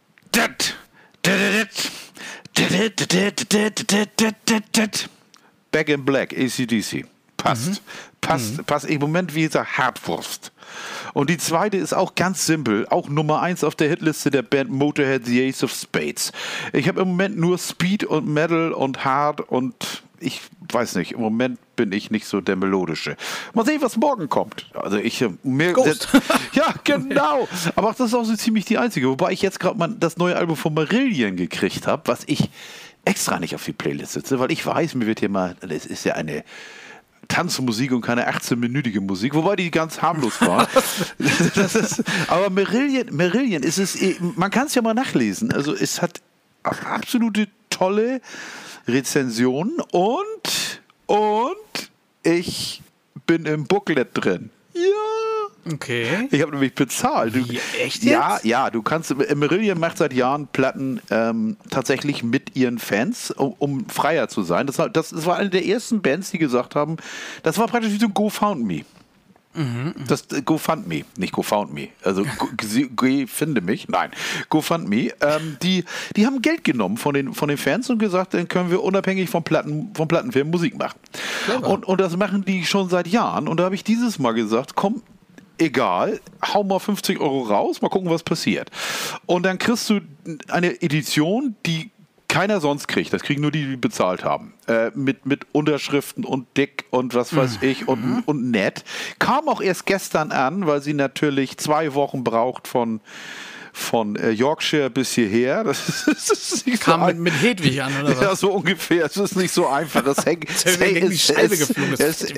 Back in Black, AC/DC. Passt. Im Moment, wie gesagt, Hartwurst. Und die zweite ist auch ganz simpel, auch Nummer 1 auf der Hitliste der Band Motorhead, The Ace of Spades. Ich habe im Moment nur Speed und Metal und Hard und ich weiß nicht, im Moment bin ich nicht so der Melodische. Mal sehen, was morgen kommt. Also Ghost. Ja, genau. Aber das ist auch so ziemlich die einzige. Wobei ich jetzt gerade mal das neue Album von Marillion gekriegt habe, was ich extra nicht auf die Playlist setze, weil ich weiß, mir wird hier mal, das ist ja eine Tanzmusik und keine 18-minütige Musik, wobei die ganz harmlos war. Aber Marillion ist es, man kann es ja mal nachlesen. Also es hat absolute tolle Rezensionen und ich bin im Booklet drin. Ja. Okay. Ich habe nämlich bezahlt. Wie, echt jetzt? Ja, du kannst, Marillion macht seit Jahren Platten tatsächlich mit ihren Fans, um freier zu sein. Das war eine der ersten Bands, die gesagt haben, das war praktisch wie so ein GoFundMe. Das GoFundMe, nicht GoFundMe, also finde mich, nein, GoFundMe, die haben Geld genommen von den Fans und gesagt, dann können wir unabhängig vom Plattenfirmen Musik machen. Und das machen die schon seit Jahren und da habe ich dieses Mal gesagt, komm, egal, hau mal 50 € raus, mal gucken, was passiert. Und dann kriegst du eine Edition, die keiner sonst kriegt. Das kriegen nur die bezahlt haben. Mit Unterschriften und dick und was weiß ich und nett. Kam auch erst gestern an, weil sie natürlich 2 Wochen braucht von Yorkshire bis hierher. Das ist nicht Kam so mit Hedwig an, oder was? Ja, so ungefähr. Es ist nicht so einfach. Das hängt, gegen die Scheibe geflogen.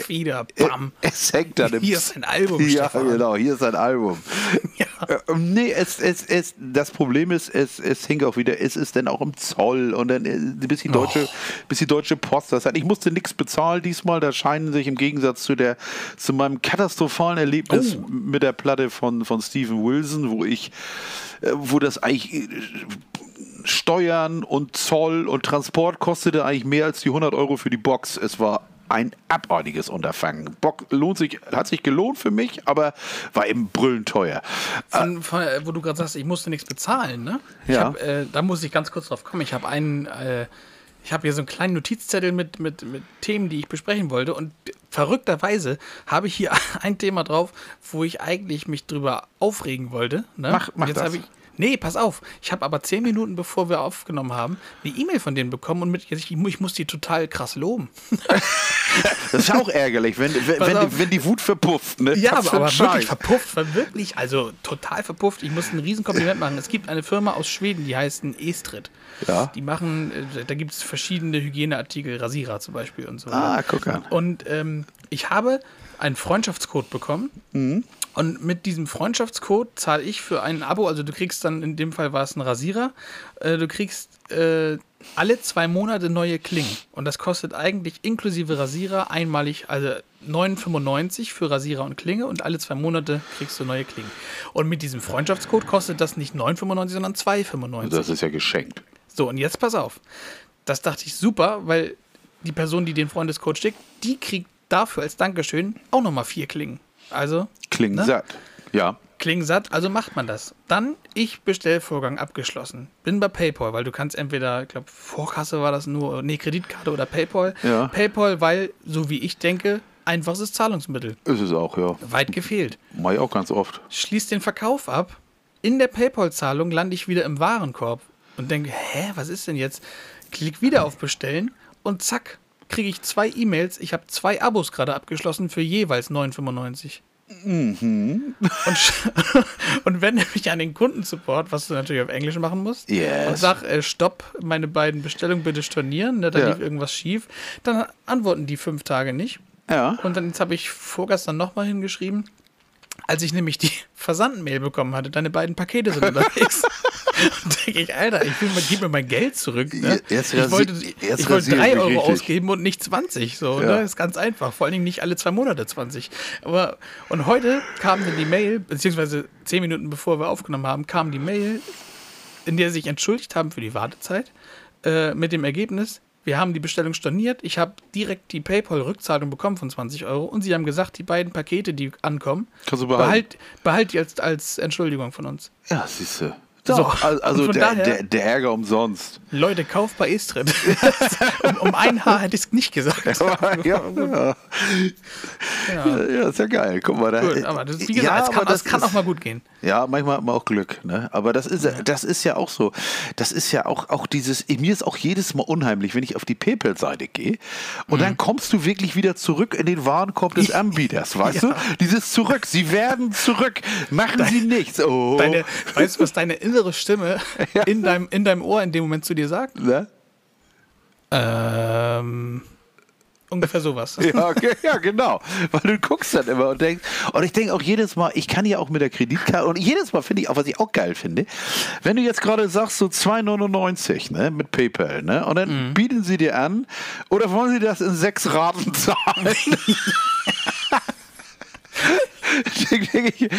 Es hängt dann Hier ist ein Album, Ja, Stefan. genau. Hier ist ein Album. Ja. Nee, das Problem ist, es hing auch wieder, es ist dann auch im Zoll und dann bis die deutsche Post das hat. Ich musste nichts bezahlen diesmal. Da scheinen sich im Gegensatz zu meinem katastrophalen Erlebnis mit der Platte von Steven Wilson, wo das eigentlich Steuern und Zoll und Transport kostete eigentlich mehr als die 100 Euro für die Box. Es war ein abartiges Unterfangen. Hat sich gelohnt für mich, aber war eben brüllend teuer. Wo du gerade sagst, ich musste nichts bezahlen, ne? Ja. Da muss ich ganz kurz drauf kommen. Ich habe hier so einen kleinen Notizzettel mit Themen, die ich besprechen wollte, und verrückterweise habe ich hier ein Thema drauf, wo ich eigentlich mich drüber aufregen wollte. Ne? Mach jetzt das. Nee, pass auf. Ich habe aber 10 Minuten, bevor wir aufgenommen haben, eine E-Mail von denen bekommen und ich muss die total krass loben. Das ist auch ärgerlich, wenn die Wut verpufft. Ne? Ja, Das aber ist wirklich verpufft, also total verpufft. Ich muss ein Riesenkompliment machen. Es gibt eine Firma aus Schweden, die heißt Estrid. Ja. Die machen, da gibt es verschiedene Hygieneartikel, Rasierer zum Beispiel und so. Guck an. Und ich habe einen Freundschaftscode bekommen. Und mit diesem Freundschaftscode zahle ich für ein Abo, also du kriegst dann, in dem Fall war es ein Rasierer, du kriegst alle 2 Monate neue Klingen. Und das kostet eigentlich inklusive Rasierer einmalig, also 9,95 für Rasierer und Klinge, und alle 2 Monate kriegst du neue Klingen. Und mit diesem Freundschaftscode kostet das nicht 9,95, sondern 2,95. Das ist ja geschenkt. So, und jetzt pass auf. Das dachte ich super, weil die Person, die den Freundescode schickt, die kriegt dafür als Dankeschön auch nochmal 4 Klingen. Also Klingen satt. Ja. Klingen satt, also macht man das. Dann Bestellvorgang abgeschlossen. Bin bei PayPal, weil du kannst entweder, ich glaube, Vorkasse war das nur, Kreditkarte oder PayPal. Ja. PayPal, weil, so wie ich denke, einfaches Zahlungsmittel. Ist es auch, ja. Weit gefehlt. Mach ich auch ganz oft. Schließ den Verkauf ab. In der PayPal-Zahlung lande ich wieder im Warenkorb und denke, was ist denn jetzt? Klick wieder auf Bestellen und zack, kriege ich 2 E-Mails. Ich habe 2 Abos gerade abgeschlossen für jeweils 9,95. Und wende mich an den Kundensupport, was du natürlich auf Englisch machen musst, und sag, stopp, meine beiden Bestellungen bitte stornieren, ne, da lief irgendwas schief. Dann antworten die 5 Tage nicht. Ja. Und dann jetzt habe ich vorgestern nochmal hingeschrieben, als ich nämlich die Versandmail bekommen hatte, deine beiden Pakete sind unterwegs. Und denke ich, Alter, gib mir mein Geld zurück. Ne? Ich wollte 3 Euro ausgeben und nicht 20. So, ne? Das ist ganz einfach. Vor allen Dingen nicht alle 2 Monate 20. Und heute kam dann die Mail, beziehungsweise 10 Minuten bevor wir aufgenommen haben, kam die Mail, in der sie sich entschuldigt haben für die Wartezeit, mit dem Ergebnis: Wir haben die Bestellung storniert, ich habe direkt die PayPal-Rückzahlung bekommen von 20 Euro und sie haben gesagt, die beiden Pakete, die ankommen, behalt die als Entschuldigung von uns. Ja, siehst du. So, also der Ärger umsonst. Leute, kauft bei Estrid. um ein Haar hätte ich es nicht gesagt. Ja, ist ja geil. Guck mal, Gut, aber das, wie gesagt, das kann auch mal gut gehen. Ja, manchmal hat man auch Glück, ne? Aber das ist ja auch so. Das ist ja auch dieses, mir ist auch jedes Mal unheimlich, wenn ich auf die PayPal-Seite geie und dann kommst du wirklich wieder zurück in den Warenkorb des Anbieters, weißt du? Dieses zurück, sie werden zurück, machen sie nichts. Oh. Weißt du, was deine innere Stimme in deinem Ohr in dem Moment zu dir sagt? Ne? Ungefähr sowas. Ja, okay, ja, genau. Weil du guckst dann immer und denkst, und ich denke auch jedes Mal, ich kann ja auch mit der Kreditkarte, und jedes Mal finde ich auch, was ich auch geil finde, wenn du jetzt gerade sagst, so 2,99, ne, mit PayPal, ne, und dann bieten sie dir an, oder wollen sie das in 6 Raten zahlen? Denke ich,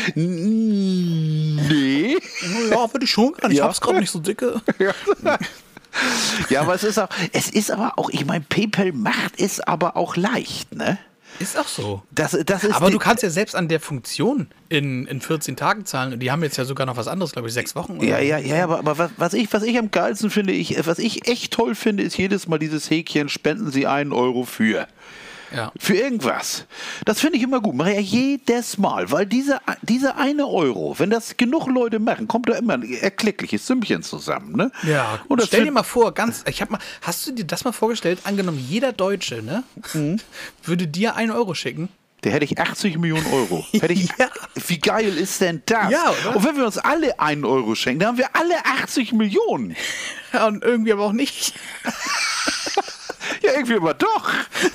nee. Ja, würde ich schon gerne. Ich hab's gerade nicht so dicke. Ja, aber es ist aber auch, ich meine, PayPal macht es aber auch leicht, ne? Ist auch so. Das ist aber du kannst ja selbst an der Funktion in 14 Tagen zahlen. Und die haben jetzt ja sogar noch was anderes, glaube ich, 6 Wochen. Oder Ja, aber was ich am geilsten finde, was ich echt toll finde, ist jedes Mal dieses Häkchen, spenden Sie 1 Euro für. Ja. Für irgendwas. Das finde ich immer gut. Mache ich ja jedes Mal, weil diese 1 Euro, wenn das genug Leute machen, kommt da immer ein erkleckliches Sümmchen zusammen. Ne? Ja, und das stell dir mal vor, hast du dir das mal vorgestellt, angenommen, jeder Deutsche, ne, würde dir 1 Euro schicken? Da hätte ich 80 Millionen Euro. Ja. Wie geil ist denn das? Ja, oder? Und wenn wir uns alle 1 Euro schenken, dann haben wir alle 80 Millionen. Ja, und irgendwie aber auch nicht. Ja, irgendwie aber doch.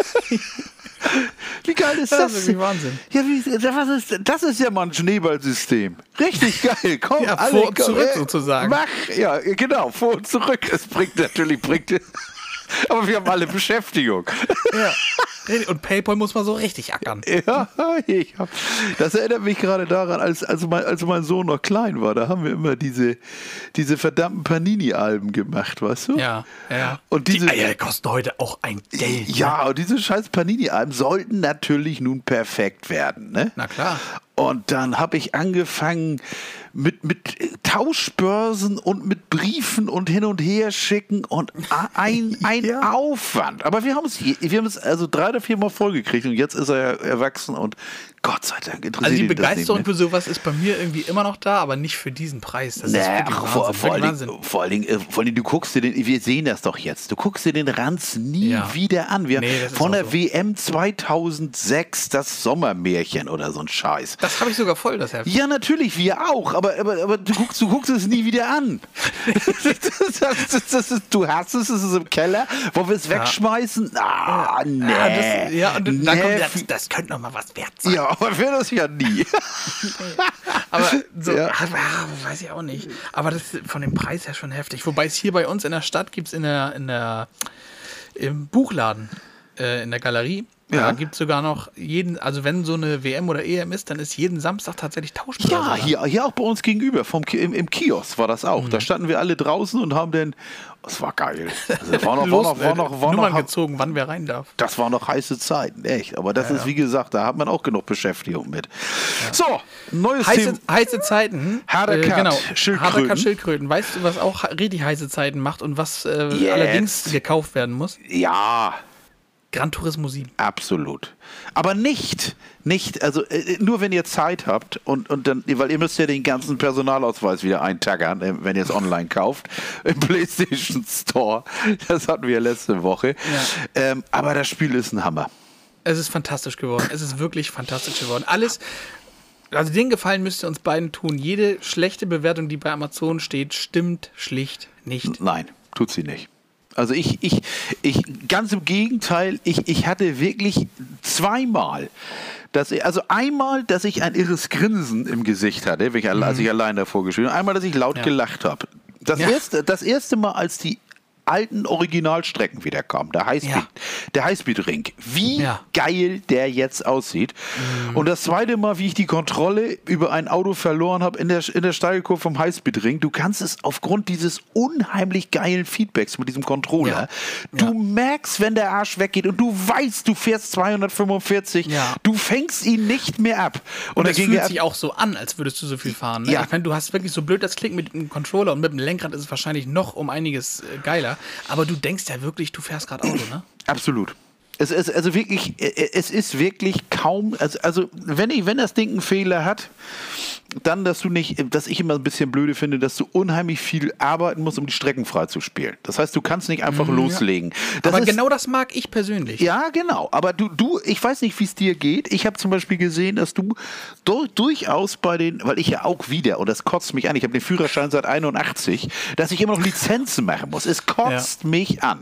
Wie geil ist das? Das ist wirklich Wahnsinn. Ja, das ist ja mal ein Schneeballsystem. Richtig geil. Komm, Ja, alle, vor und zurück sozusagen. Mach, ja, genau, vor und zurück. Es bringt. Aber wir haben alle Beschäftigung. Ja. Und PayPal muss man so richtig ackern. Ja, das erinnert mich gerade daran, als mein Sohn noch klein war, da haben wir immer diese verdammten Panini-Alben gemacht, weißt du? Ja. Und die Eier kosten heute auch ein Geld. Ja, und diese scheiß Panini-Alben sollten natürlich nun perfekt werden, ne? Na klar. Und dann habe ich angefangen mit Tauschbörsen und mit Briefen und hin und her schicken und ein Aufwand. Aber wir haben es also 3 oder 4 Mal vollgekriegt und jetzt ist er ja erwachsen und Gott sei Dank interessiert Also die ihn das Begeisterung nicht mehr. für sowas ist bei mir irgendwie immer noch da, aber nicht für diesen Preis. Das ist wirklich Wahnsinn. Vor allen Dingen, du guckst dir wir sehen das doch jetzt, du guckst dir den Ranz nie wieder an. Von der WM 2006, das Sommermärchen oder so ein Scheiß. Das habe ich sogar voll, das Heft. Ja, natürlich, wir auch, aber du guckst es nie wieder an. Du hast es ist im Keller, wollen wir es wegschmeißen? Nee. Und dann kommt das könnte noch mal was wert sein. Ja, aber wir das ja nie. Aber so, weiß ich auch nicht. Aber das ist von dem Preis her schon heftig. Wobei es hier bei uns in der Stadt gibt es im Buchladen, in der Galerie, da gibt es sogar noch also wenn so eine WM oder EM ist, dann ist jeden Samstag tatsächlich Tauschbörse. Ja, hier auch bei uns gegenüber, im Kiosk war das auch. Da standen wir alle draußen und haben das war geil. Also, war Nummern gezogen, wann wer rein darf. Das waren noch heiße Zeiten, echt. Aber das ist, wie gesagt, da hat man auch genug Beschäftigung mit. Ja. So, neues Thema. Heiße Zeiten. Harder Cut, Schildkröten. Harder Cut, Schildkröten. Weißt du, was auch richtig heiße Zeiten macht und was allerdings gekauft werden muss? Ja. Gran Turismo 7. Absolut. Aber nicht, also nur wenn ihr Zeit habt und dann, weil ihr müsst ja den ganzen Personalausweis wieder eintaggern, wenn ihr es online kauft, im PlayStation Store. Das hatten wir letzte Woche. Ja. Aber das Spiel ist ein Hammer. Es ist fantastisch geworden. Es ist wirklich fantastisch geworden. Also den Gefallen müsst ihr uns beiden tun. Jede schlechte Bewertung, die bei Amazon steht, stimmt schlicht nicht. Nein, tut sie nicht. Also ich ganz im Gegenteil, ich hatte wirklich zweimal, einmal, dass ich ein irres Grinsen im Gesicht hatte, als ich allein davor gespielt habe, einmal, dass ich laut gelacht habe. Das erste Mal, als die alten Originalstrecken wieder kamen, der Highspeed-Ring. Wie geil der jetzt aussieht. Und das zweite Mal, wie ich die Kontrolle über ein Auto verloren habe in der Steigekurve vom Highspeed-Ring. Du kannst es aufgrund dieses unheimlich geilen Feedbacks mit diesem Controller, du merkst, wenn der Arsch weggeht und du weißt, du fährst 245, du fängst ihn nicht mehr ab. Und es fühlt sich auch so an, als würdest du so viel fahren. Ne? Ja. Ich meine, du hast wirklich so blöd das Klicken mit dem Controller und mit dem Lenkrad ist es wahrscheinlich noch um einiges geiler. Aber du denkst ja wirklich, du fährst gerade Auto, ne? Absolut. Es ist wirklich kaum, also wenn das Ding einen Fehler hat, dann, dass ich immer ein bisschen blöde finde, dass du unheimlich viel arbeiten musst, um die Strecken frei zu spielen. Das heißt, du kannst nicht einfach loslegen. Aber genau das mag ich persönlich. Ja, genau. Aber ich weiß nicht, wie es dir geht. Ich habe zum Beispiel gesehen, dass du durchaus weil ich ja auch wieder, und das kotzt mich an, ich habe den Führerschein seit 81, dass ich immer noch Lizenzen machen muss. Es kotzt mich an.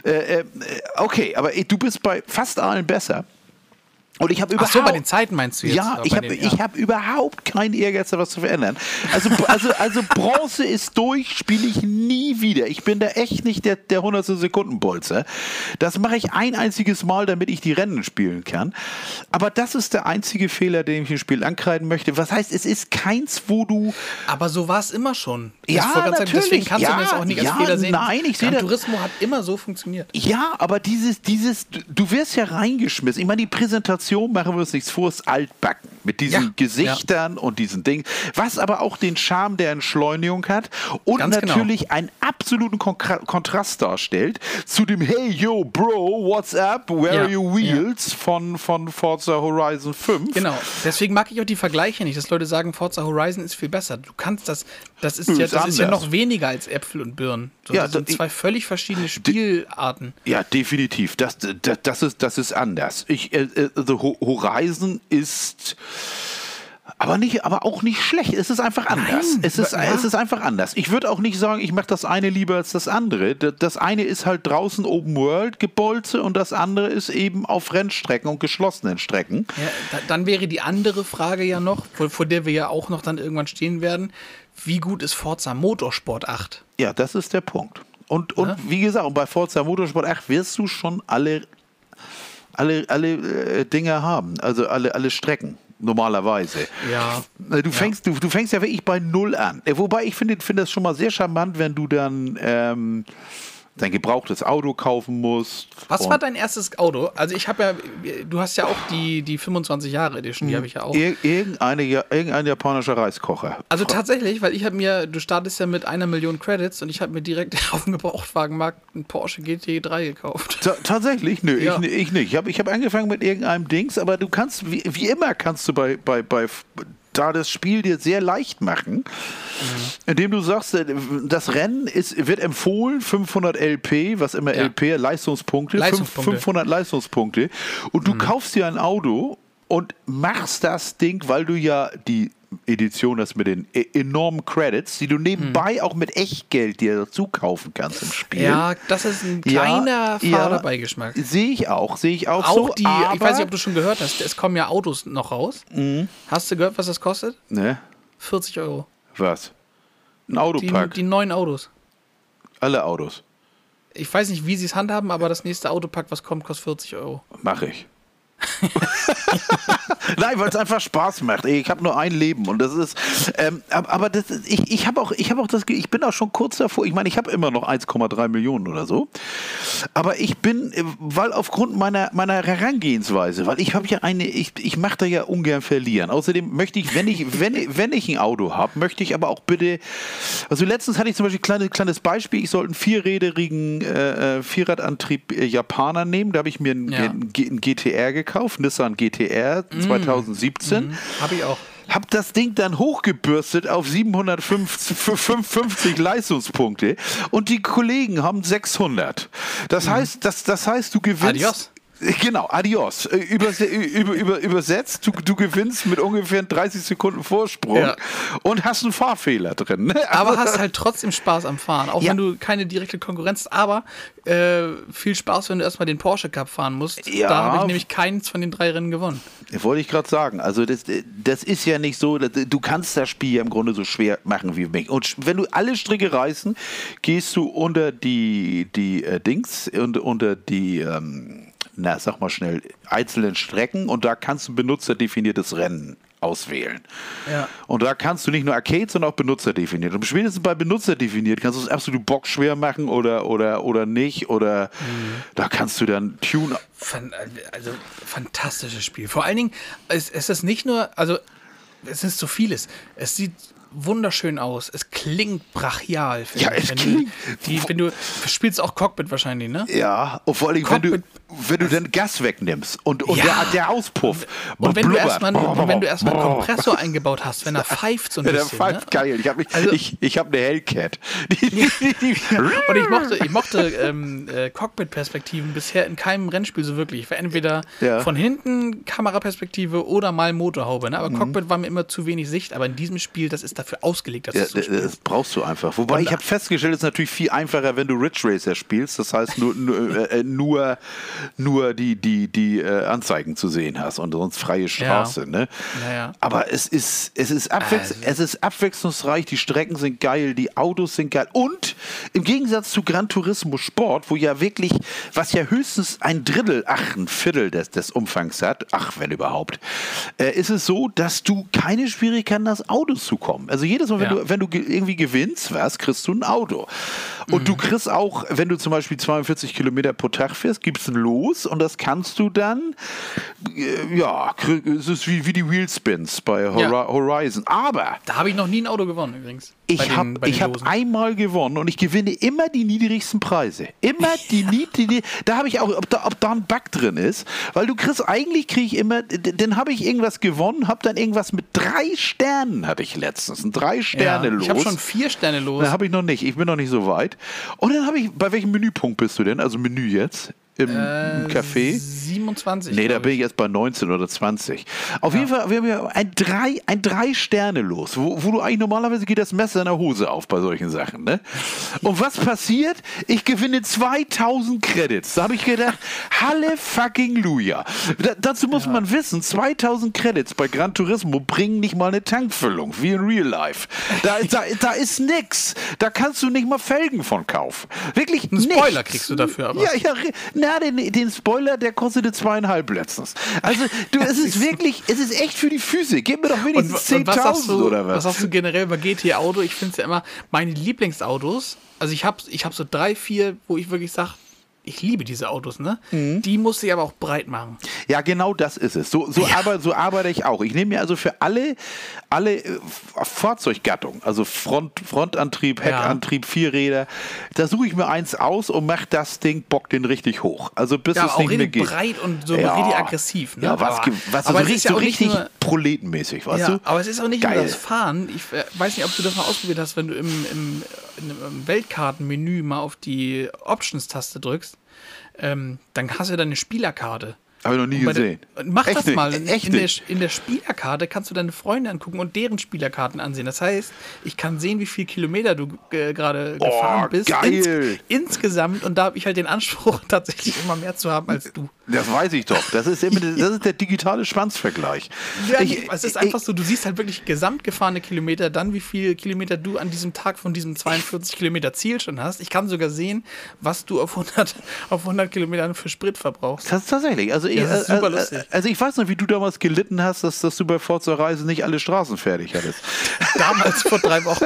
Okay, aber du bist bei fast allen besser. Und ich habe überhaupt bei den Zeiten meinst du jetzt? Ja, ich habe überhaupt keinen Ehrgeiz, da was zu verändern. Also Bronze ist durch, spiele ich nie wieder. Ich bin da echt nicht der 100. Sekundenbolzer. Das mache ich ein einziges Mal, damit ich die Rennen spielen kann. Aber das ist der einzige Fehler, den ich im Spiel ankreiden möchte. Was heißt, es ist keins, wo du... Aber so war es immer schon. Ja, natürlich. Deswegen kannst du das auch nicht als Fehler sehen. Nein, ich sehe das. Turismo hat immer so funktioniert. Ja, aber du wirst ja reingeschmissen. Ich meine, die Präsentation, machen wir uns nichts vor, ist altbacken. Mit diesen Gesichtern und diesen Dingen, was aber auch den Charme der Entschleunigung hat und Ganz natürlich einen absoluten Kontrast darstellt zu dem Hey, yo, Bro, what's up, where are your wheels von Forza Horizon 5. Genau, deswegen mag ich auch die Vergleiche nicht, dass Leute sagen, Forza Horizon ist viel besser. Du kannst das ist ja noch weniger als Äpfel und Birnen. So, das sind zwei völlig verschiedene Spielarten. Ja, definitiv. Das ist anders. Horizon ist aber auch nicht schlecht. Es ist einfach anders. Nein, Es ist einfach anders. Ich würde auch nicht sagen, ich mache das eine lieber als das andere. Das eine ist halt draußen Open World Gebolze und das andere ist eben auf Rennstrecken und geschlossenen Strecken. Ja, dann wäre die andere Frage ja noch, vor der wir ja auch noch dann irgendwann stehen werden, wie gut ist Forza Motorsport 8? Ja, das ist der Punkt. Und wie gesagt, bei Forza Motorsport 8 wirst du schon alle Dinge haben, also alle Strecken. Normalerweise. Ja. Du fängst ja wirklich bei Null an. Wobei ich finde das schon mal sehr charmant, wenn du dann dein gebrauchtes Auto kaufen musst. Was war dein erstes Auto? Also du hast ja auch die 25 Jahre Edition, die habe ich ja auch. Irgendein japanischer Reiskocher. Also tatsächlich, weil du startest ja mit 1 Million Credits und ich habe mir direkt auf dem Gebrauchtwagenmarkt einen Porsche GT3 gekauft. Tatsächlich? Nö, ja. ich nicht. Ich hab angefangen mit irgendeinem Dings, aber du kannst, wie immer kannst du bei da das Spiel dir sehr leicht machen, indem du sagst, das Rennen wird empfohlen, 500 LP, was immer LP, Leistungspunkte. 500 Leistungspunkte. Und du kaufst dir ein Auto und machst das Ding, weil du ja die Edition hast mit den enormen Credits, die du nebenbei auch mit Echtgeld dir dazu kaufen kannst im Spiel. Ja, das ist ein kleiner fader Beigeschmack. Sehe ich auch so. Ich weiß nicht, ob du schon gehört hast, es kommen ja Autos noch raus. Hast du gehört, was das kostet? Ne? 40 Euro. Was? Ein Autopack? Die neuen Autos. Alle Autos? Ich weiß nicht, wie sie es handhaben, aber das nächste Autopack, was kommt, kostet 40 Euro. Mach ich. Nein, weil es einfach Spaß macht. Ich habe nur ein Leben und das ist, aber das ist, ich habe auch das, ich bin auch schon kurz davor. Ich meine, ich habe immer noch 1,3 Millionen oder so. Aber ich bin, weil aufgrund meiner Herangehensweise, weil ich habe ja ich mache da ja ungern verlieren. Außerdem möchte ich, wenn ich ein Auto habe, möchte ich aber auch bitte, also letztens hatte ich zum Beispiel kleines Beispiel, ich sollte einen vierräderigen Vierradantrieb Japaner nehmen. Da habe ich mir einen GTR gekauft, Nissan GTR 2017. Habe ich auch. Hab das Ding dann hochgebürstet auf 750 Leistungspunkte und die Kollegen haben 600. Das heißt, du gewinnst. Adios. Genau, adios. Übersetzt, du gewinnst mit ungefähr 30 Sekunden Vorsprung und hast einen Fahrfehler drin. Aber hast halt trotzdem Spaß am Fahren, auch wenn du keine direkte Konkurrenz hast, aber viel Spaß, wenn du erstmal den Porsche Cup fahren musst. Ja. Da habe ich nämlich keins von den 3 Rennen gewonnen. Wollte ich gerade sagen. Also das ist ja nicht so, du kannst das Spiel ja im Grunde so schwer machen wie mich. Und wenn du alle Stricke reißen, gehst du unter die Dings und unter die sag mal schnell, einzelnen Strecken und da kannst du ein benutzerdefiniertes Rennen auswählen. Ja. Und da kannst du nicht nur Arcade, sondern auch benutzerdefiniert. Und spätestens bei benutzerdefiniert kannst du es absolut bockschwer machen oder nicht oder da kannst du dann tunen. Also fantastisches Spiel. Vor allen Dingen, es ist nicht nur, also es ist so vieles. Es sieht wunderschön aus. Es klingt brachial. Ja, es klingt. Wenn du spielst auch Cockpit wahrscheinlich, ne? Ja, und vor allem, wenn du den Gas wegnimmst und der Auspuff. Und wenn du erstmal einen Kompressor eingebaut hast, wenn er pfeift so ein bisschen. Der pfeift geil. Ich hab eine Hellcat. Und ich mochte Cockpit-Perspektiven bisher in keinem Rennspiel so wirklich. Ich war entweder von hinten Kameraperspektive oder mal Motorhaube. Ne? Aber Cockpit war mir immer zu wenig Sicht. Aber in diesem Spiel, das ist dafür ausgelegt, dass es so spielt. Das brauchst du einfach. Wobei ich habe festgestellt, es ist natürlich viel einfacher, wenn du Ridge Racer spielst. Das heißt, nur die Anzeigen zu sehen hast und sonst freie Straße. Ne? Ja. Aber es ist abwechslungsreich, die Strecken sind geil, die Autos sind geil und im Gegensatz zu Gran Turismo Sport, wo ja wirklich, was ja höchstens ein Viertel des Umfangs hat, wenn überhaupt, ist es so, dass du keine Schwierigkeiten hast, Autos zu kommen. Also jedes Mal, wenn du irgendwie gewinnst, kriegst du ein Auto. Und du kriegst auch, wenn du zum Beispiel 42 Kilometer pro Tag fährst, gibst ein Los und das kannst du dann, es ist wie die Wheelspins bei Horizon. Aber da habe ich noch nie ein Auto gewonnen übrigens. Ich habe einmal gewonnen und ich gewinne immer die niedrigsten Preise. Immer die niedrigsten. Da habe ich auch, ob da ein Bug drin ist, weil kriege ich immer, dann habe ich irgendwas gewonnen, habe dann irgendwas mit 3 Sternen hatte ich letztens. Ein 3 Sterne Los. Ich habe schon 4 Sterne Los. Da habe ich noch nicht. Ich bin noch nicht so weit. Und dann habe ich, bei welchem Menüpunkt bist du denn? Also Menü jetzt? Im Café? 27. Nee, da bin ich erst bei 19 oder 20. Auf jeden Fall, wir haben ja ein 3 Sterne Los, wo du eigentlich normalerweise geht das Messer in der Hose auf bei solchen Sachen, ne? Und was passiert? Ich gewinne 2000 Credits. Da habe ich gedacht, Halle fucking Luja. Dazu muss man wissen, 2000 Credits bei Gran Turismo bringen nicht mal eine Tankfüllung, wie in Real Life. Da ist nix. Da kannst du nicht mal Felgen von kaufen. Wirklich einen Spoiler nichts. Kriegst du dafür aber. Den Spoiler, der kostete 2,5 letztens. Also, es ist echt für die Füße. Gib mir doch wenigstens 10.000 oder was. Was hast du generell über GT-Auto? Ich finde es ja immer, meine Lieblingsautos, also ich hab so 3, 4, wo ich wirklich sage, ich liebe diese Autos, ne? Die musste ich aber auch breit machen. Ja, genau das ist es. So arbeite ich auch. Ich nehme mir also für alle Fahrzeuggattungen, also Frontantrieb, Heckantrieb, Vierräder, da suche ich mir eins aus und mache das Ding, bock den richtig hoch. Also bis es nicht mehr geht. Breit und so richtig aggressiv. Ne? Ja, aber so richtig proletenmäßig, weißt du? Aber es ist auch nicht nur das Fahren. Ich weiß nicht, ob du das mal ausprobiert hast, wenn du im Weltkartenmenü mal auf die Options-Taste drückst, dann hast du deine Spielerkarte. Habe ich noch nie gesehen. Mach das mal. In der Spielerkarte kannst du deine Freunde angucken und deren Spielerkarten ansehen. Das heißt, ich kann sehen, wie viel Kilometer du gerade gefahren bist. Geil. Insgesamt. Und da habe ich halt den Anspruch, tatsächlich immer mehr zu haben als du. Das weiß ich doch. Das ist der digitale Schwanzvergleich. Ja, es ist einfach so, du siehst halt wirklich gesamt gefahrene Kilometer, dann wie viele Kilometer du an diesem Tag von diesem 42 Kilometer Ziel schon hast. Ich kann sogar sehen, was du auf 100 Kilometern für Sprit verbrauchst. Das ist tatsächlich. Also das ist super lustig. Also ich weiß noch, wie du damals gelitten hast, dass du bei Forza Reise nicht alle Straßen fertig hattest. Damals vor 3 Wochen.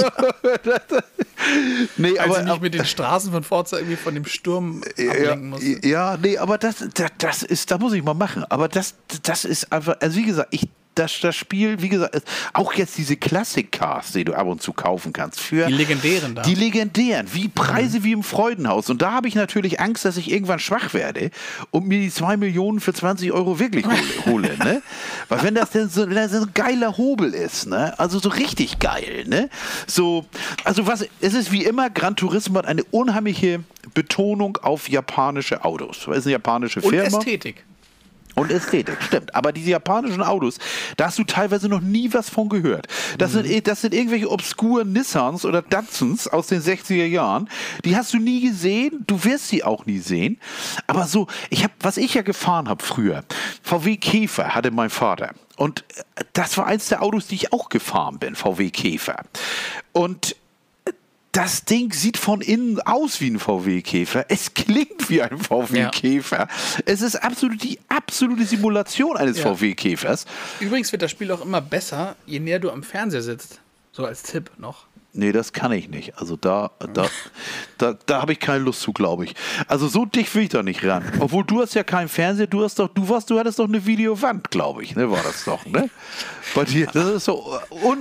Nee, als ich nicht mit den Straßen von Forza irgendwie von dem Sturm ablenken musste. Ja, nee, aber das muss ich mal machen. Aber das ist einfach, also wie gesagt, das Spiel, wie gesagt, auch jetzt diese Classic-Cars, die du ab und zu kaufen kannst. Für die legendären da. Die legendären, wie Preise wie im Freudenhaus. Und da habe ich natürlich Angst, dass ich irgendwann schwach werde und mir die 2 Millionen für 20 Euro wirklich hole, ne? Weil wenn das denn so ein geiler Hobel ist, ne? Also so richtig geil, ne? So, also es ist wie immer, Gran Turismo hat eine unheimliche Betonung auf japanische Autos. Das ist eine japanische Firma. Und Ästhetik. Und Ästhetik, stimmt. Aber diese japanischen Autos, da hast du teilweise noch nie was von gehört. Das sind irgendwelche obskuren Nissans oder Datsuns aus den 60er Jahren. Die hast du nie gesehen, du wirst sie auch nie sehen. Aber so, was ich ja gefahren habe früher, VW Käfer hatte mein Vater. Und das war eins der Autos, die ich auch gefahren bin, VW Käfer. Und das Ding sieht von innen aus wie ein VW-Käfer. Es klingt wie ein VW-Käfer. Es ist die absolute Simulation eines VW-Käfers. Übrigens wird das Spiel auch immer besser, je näher du am Fernseher sitzt. So als Tipp noch. Nee, das kann ich nicht. Also da habe ich keine Lust zu, glaube ich. Also so dicht will ich da nicht ran. Obwohl du hast ja keinen Fernseher, du hattest doch eine Videowand, glaube ich, ne, war das doch, ne? Bei dir, das ist so,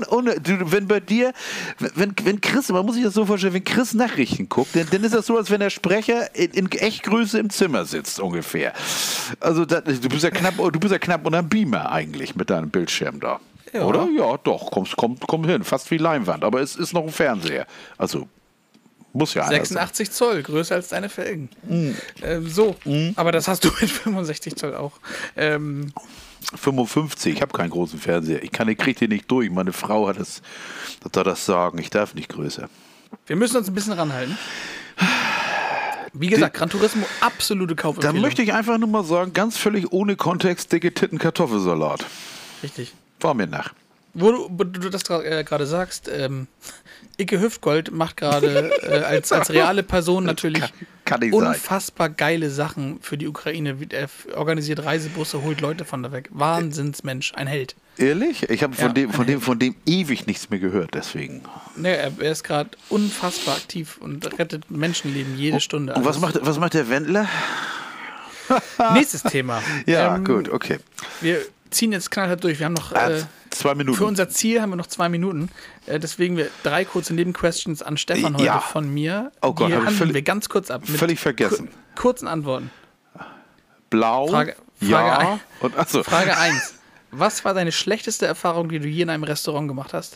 wenn Chris, man muss sich das so vorstellen, wenn Chris Nachrichten guckt, dann ist das so, als wenn der Sprecher in Echtgröße im Zimmer sitzt, ungefähr. Also du bist ja knapp unter einem Beamer eigentlich mit deinem Bildschirm da. Ja. Oder? Ja, doch, komm hin, fast wie Leinwand, aber es ist noch ein Fernseher. Also, muss ja 86 Zoll, größer als deine Felgen. Aber das hast du mit 65 Zoll auch. 55, ich habe keinen großen Fernseher. Ich kriege den nicht durch. Meine Frau hat das Sagen, ich darf nicht größer. Wir müssen uns ein bisschen ranhalten. Wie gesagt, Gran Turismo, absolute Kaufempfehlung. Da möchte ich einfach nur mal sagen, ganz völlig ohne Kontext, dicke Titten Kartoffelsalat. Richtig. War mir nach. Wo du das gerade sagst, Icke Hüftgold macht gerade als reale Person natürlich kann unfassbar geile Sachen für die Ukraine. Er organisiert Reisebusse, holt Leute von da weg. Wahnsinnsmensch, ein Held. Ehrlich? Ich habe von dem ewig nichts mehr gehört, deswegen. Ne, er ist gerade unfassbar aktiv und rettet Menschenleben jede Stunde. Und was macht der Wendler? Nächstes Thema. Ja, gut, okay. Wir ziehen jetzt knallhart durch. Wir haben noch 2 Minuten. Für unser Ziel haben wir noch 2 Minuten. Deswegen 3 kurze Nebenquestions an Stefan heute von mir. Oh Gott, die handeln wir ganz kurz ab. Mit völlig vergessen. Kurzen Antworten. Blau, Frage und achso. Frage 1. Was war deine schlechteste Erfahrung, die du je in einem Restaurant gemacht hast?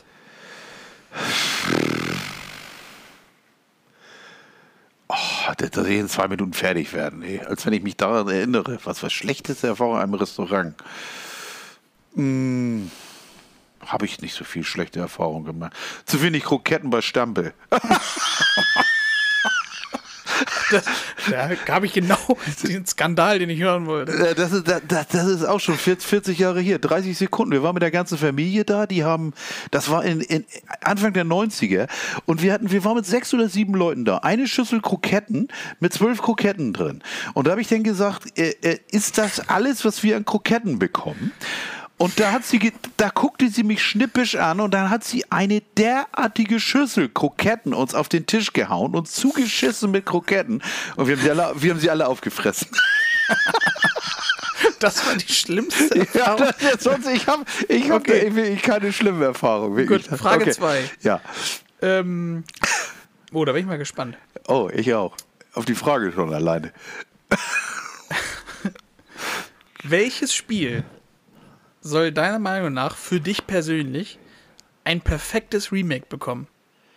Dass ich in 2 Minuten fertig werden, ey. Als wenn ich mich daran erinnere. Was war schlechteste Erfahrung in einem Restaurant? Habe ich nicht so viel schlechte Erfahrungen gemacht. Zu wenig Kroketten bei Stampel. Da habe ich genau den Skandal, den ich hören wollte. Das ist auch schon 40 Jahre hier, 30 Sekunden. Wir waren mit der ganzen Familie da, das war in Anfang der 90er und wir waren mit 6 oder 7 Leuten da. Eine Schüssel Kroketten mit 12 Kroketten drin. Und da habe ich dann gesagt, ist das alles, was wir an Kroketten bekommen? Und da guckte sie mich schnippisch an und dann hat sie eine derartige Schüssel Kroketten uns auf den Tisch gehauen und zugeschissen mit Kroketten. Und wir haben sie alle aufgefressen. Das war die schlimmste Erfahrung. Sonst, ich habe keine schlimme Erfahrung. Gut, Frage 2. Ja. Da bin ich mal gespannt. Oh, ich auch. Auf die Frage schon alleine. Welches Spiel soll deiner Meinung nach für dich persönlich ein perfektes Remake bekommen?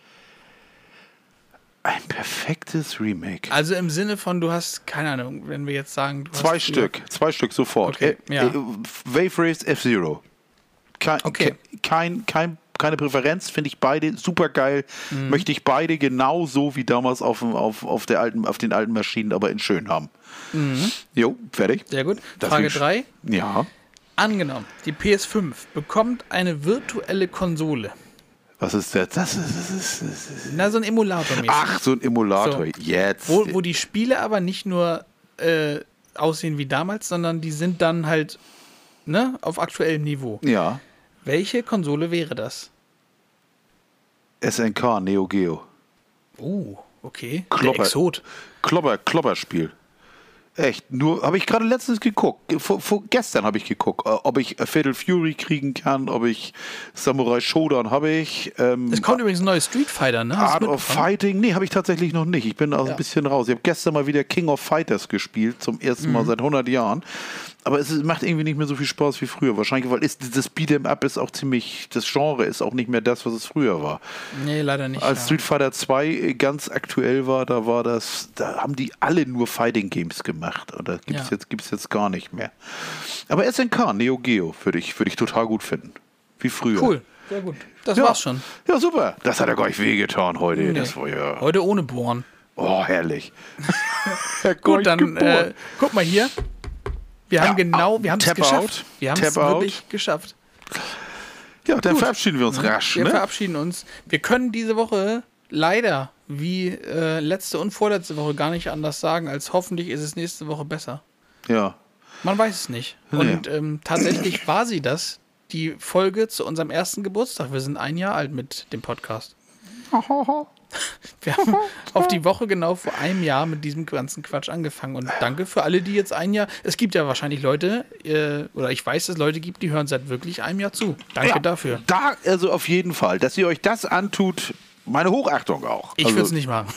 Ein perfektes Remake? Also im Sinne von, du hast, keine Ahnung, wenn wir jetzt sagen... Du 2 Stück. 2 Stück sofort. Okay, ja. Wave Race F-Zero. Keine Präferenz, finde ich beide super geil. Möchte ich beide genauso wie damals auf den alten Maschinen, aber in schön haben. Jo, fertig. Sehr gut. Frage 3. Ja. Angenommen, die PS5 bekommt eine virtuelle Konsole. Was ist das? Na, so ein Emulator mäßig. Ach, so ein Emulator. So. Jetzt. Wo die Spiele aber nicht nur aussehen wie damals, sondern die sind dann halt auf aktuellem Niveau. Ja. Welche Konsole wäre das? SNK, Neo Geo. Okay. Der Exot. Klopperspiel. Echt, habe ich gerade letztens geguckt. Gestern habe ich geguckt, ob ich Fatal Fury kriegen kann, ob ich Samurai Shodown habe ich. Es kommt übrigens ein neues Street Fighter, ne? Art of Fighting, nee, habe ich tatsächlich noch nicht. Ich bin also ein bisschen raus. Ich habe gestern mal wieder King of Fighters gespielt, zum ersten Mal seit 100 Jahren. Aber es macht irgendwie nicht mehr so viel Spaß wie früher. Wahrscheinlich, weil das Beat'em Up ist auch das Genre ist auch nicht mehr das, was es früher war. Nee, leider nicht. Als Street Fighter 2 ganz aktuell war, da haben die alle nur Fighting Games gemacht. Und da gibt's jetzt gar nicht mehr. Aber SNK, Neo Geo, würde ich total gut finden. Wie früher. Cool, sehr gut. Das war's schon. Ja, super. Das hat ja gar nicht wehgetan heute. Nee. Das war ja... Heute ohne Bohren. Oh, herrlich. Gut, dann guck mal hier. Wir haben es geschafft. Wir haben es wirklich geschafft. Ja, dann verabschieden wir uns rasch. Wir verabschieden uns. Wir können diese Woche leider, wie letzte und vorletzte Woche, gar nicht anders sagen, als hoffentlich ist es nächste Woche besser. Ja. Man weiß es nicht. Und tatsächlich war sie das, die Folge zu unserem ersten Geburtstag. Wir sind 1 Jahr alt mit dem Podcast. Wir haben auf die Woche genau vor 1 Jahr mit diesem ganzen Quatsch angefangen. Und danke für alle, die jetzt 1 Jahr... Es gibt ja wahrscheinlich Leute, oder ich weiß, dass es Leute gibt, die hören seit wirklich 1 Jahr zu. Danke dafür. Also auf jeden Fall, dass ihr euch das antut, meine Hochachtung auch. Ich würde es nicht machen.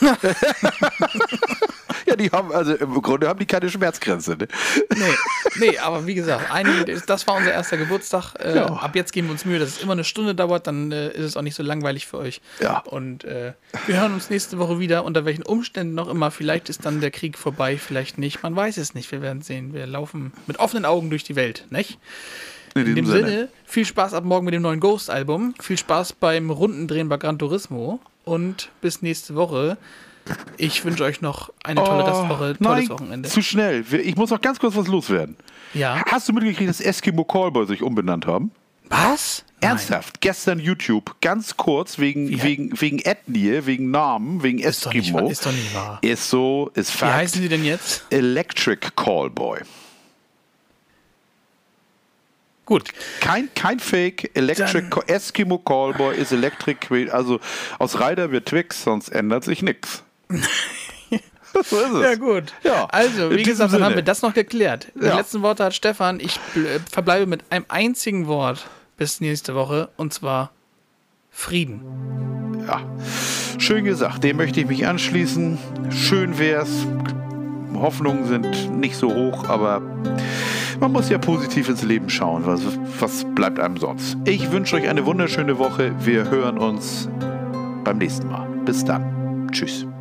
Ja, im Grunde haben die keine Schmerzgrenze. Ne? Nee, aber wie gesagt, das war unser erster Geburtstag. Ab jetzt geben wir uns Mühe, dass es immer 1 Stunde dauert, dann ist es auch nicht so langweilig für euch. Ja. Und wir hören uns nächste Woche wieder, unter welchen Umständen noch immer. Vielleicht ist dann der Krieg vorbei, vielleicht nicht. Man weiß es nicht, wir werden sehen. Wir laufen mit offenen Augen durch die Welt, nicht? In dem Sinne, viel Spaß ab morgen mit dem neuen Ghost-Album. Viel Spaß beim Rundendrehen bei Gran Turismo. Und bis nächste Woche. Ich wünsche euch noch eine tolle Restwoche, tolles Wochenende. Zu schnell. Ich muss noch ganz kurz was loswerden. Ja. Hast du mitgekriegt, dass Eskimo Callboy sich umbenannt haben? Was? Ernsthaft? Nein. Gestern YouTube, ganz kurz, wegen Ethnie, wegen Namen, wegen Eskimo. Ist doch nicht wahr. Ist so, ist Fakt. Wie heißen die denn jetzt? Electric Callboy. Gut. Kein Fake. Eskimo Callboy ist Electric. Also aus Ryder wird Twix, sonst ändert sich nichts. So ist es. Ja, gut. Ja, also, wie gesagt, dann haben wir das noch geklärt. Die Ja. letzten Worte hat Stefan. Ich verbleibe mit einem einzigen Wort bis nächste Woche, und zwar Frieden. Ja, schön gesagt. Dem möchte ich mich anschließen. Schön wär's. Hoffnungen sind nicht so hoch, aber man muss ja positiv ins Leben schauen. Was bleibt einem sonst? Ich wünsche euch eine wunderschöne Woche. Wir hören uns beim nächsten Mal. Bis dann. Tschüss.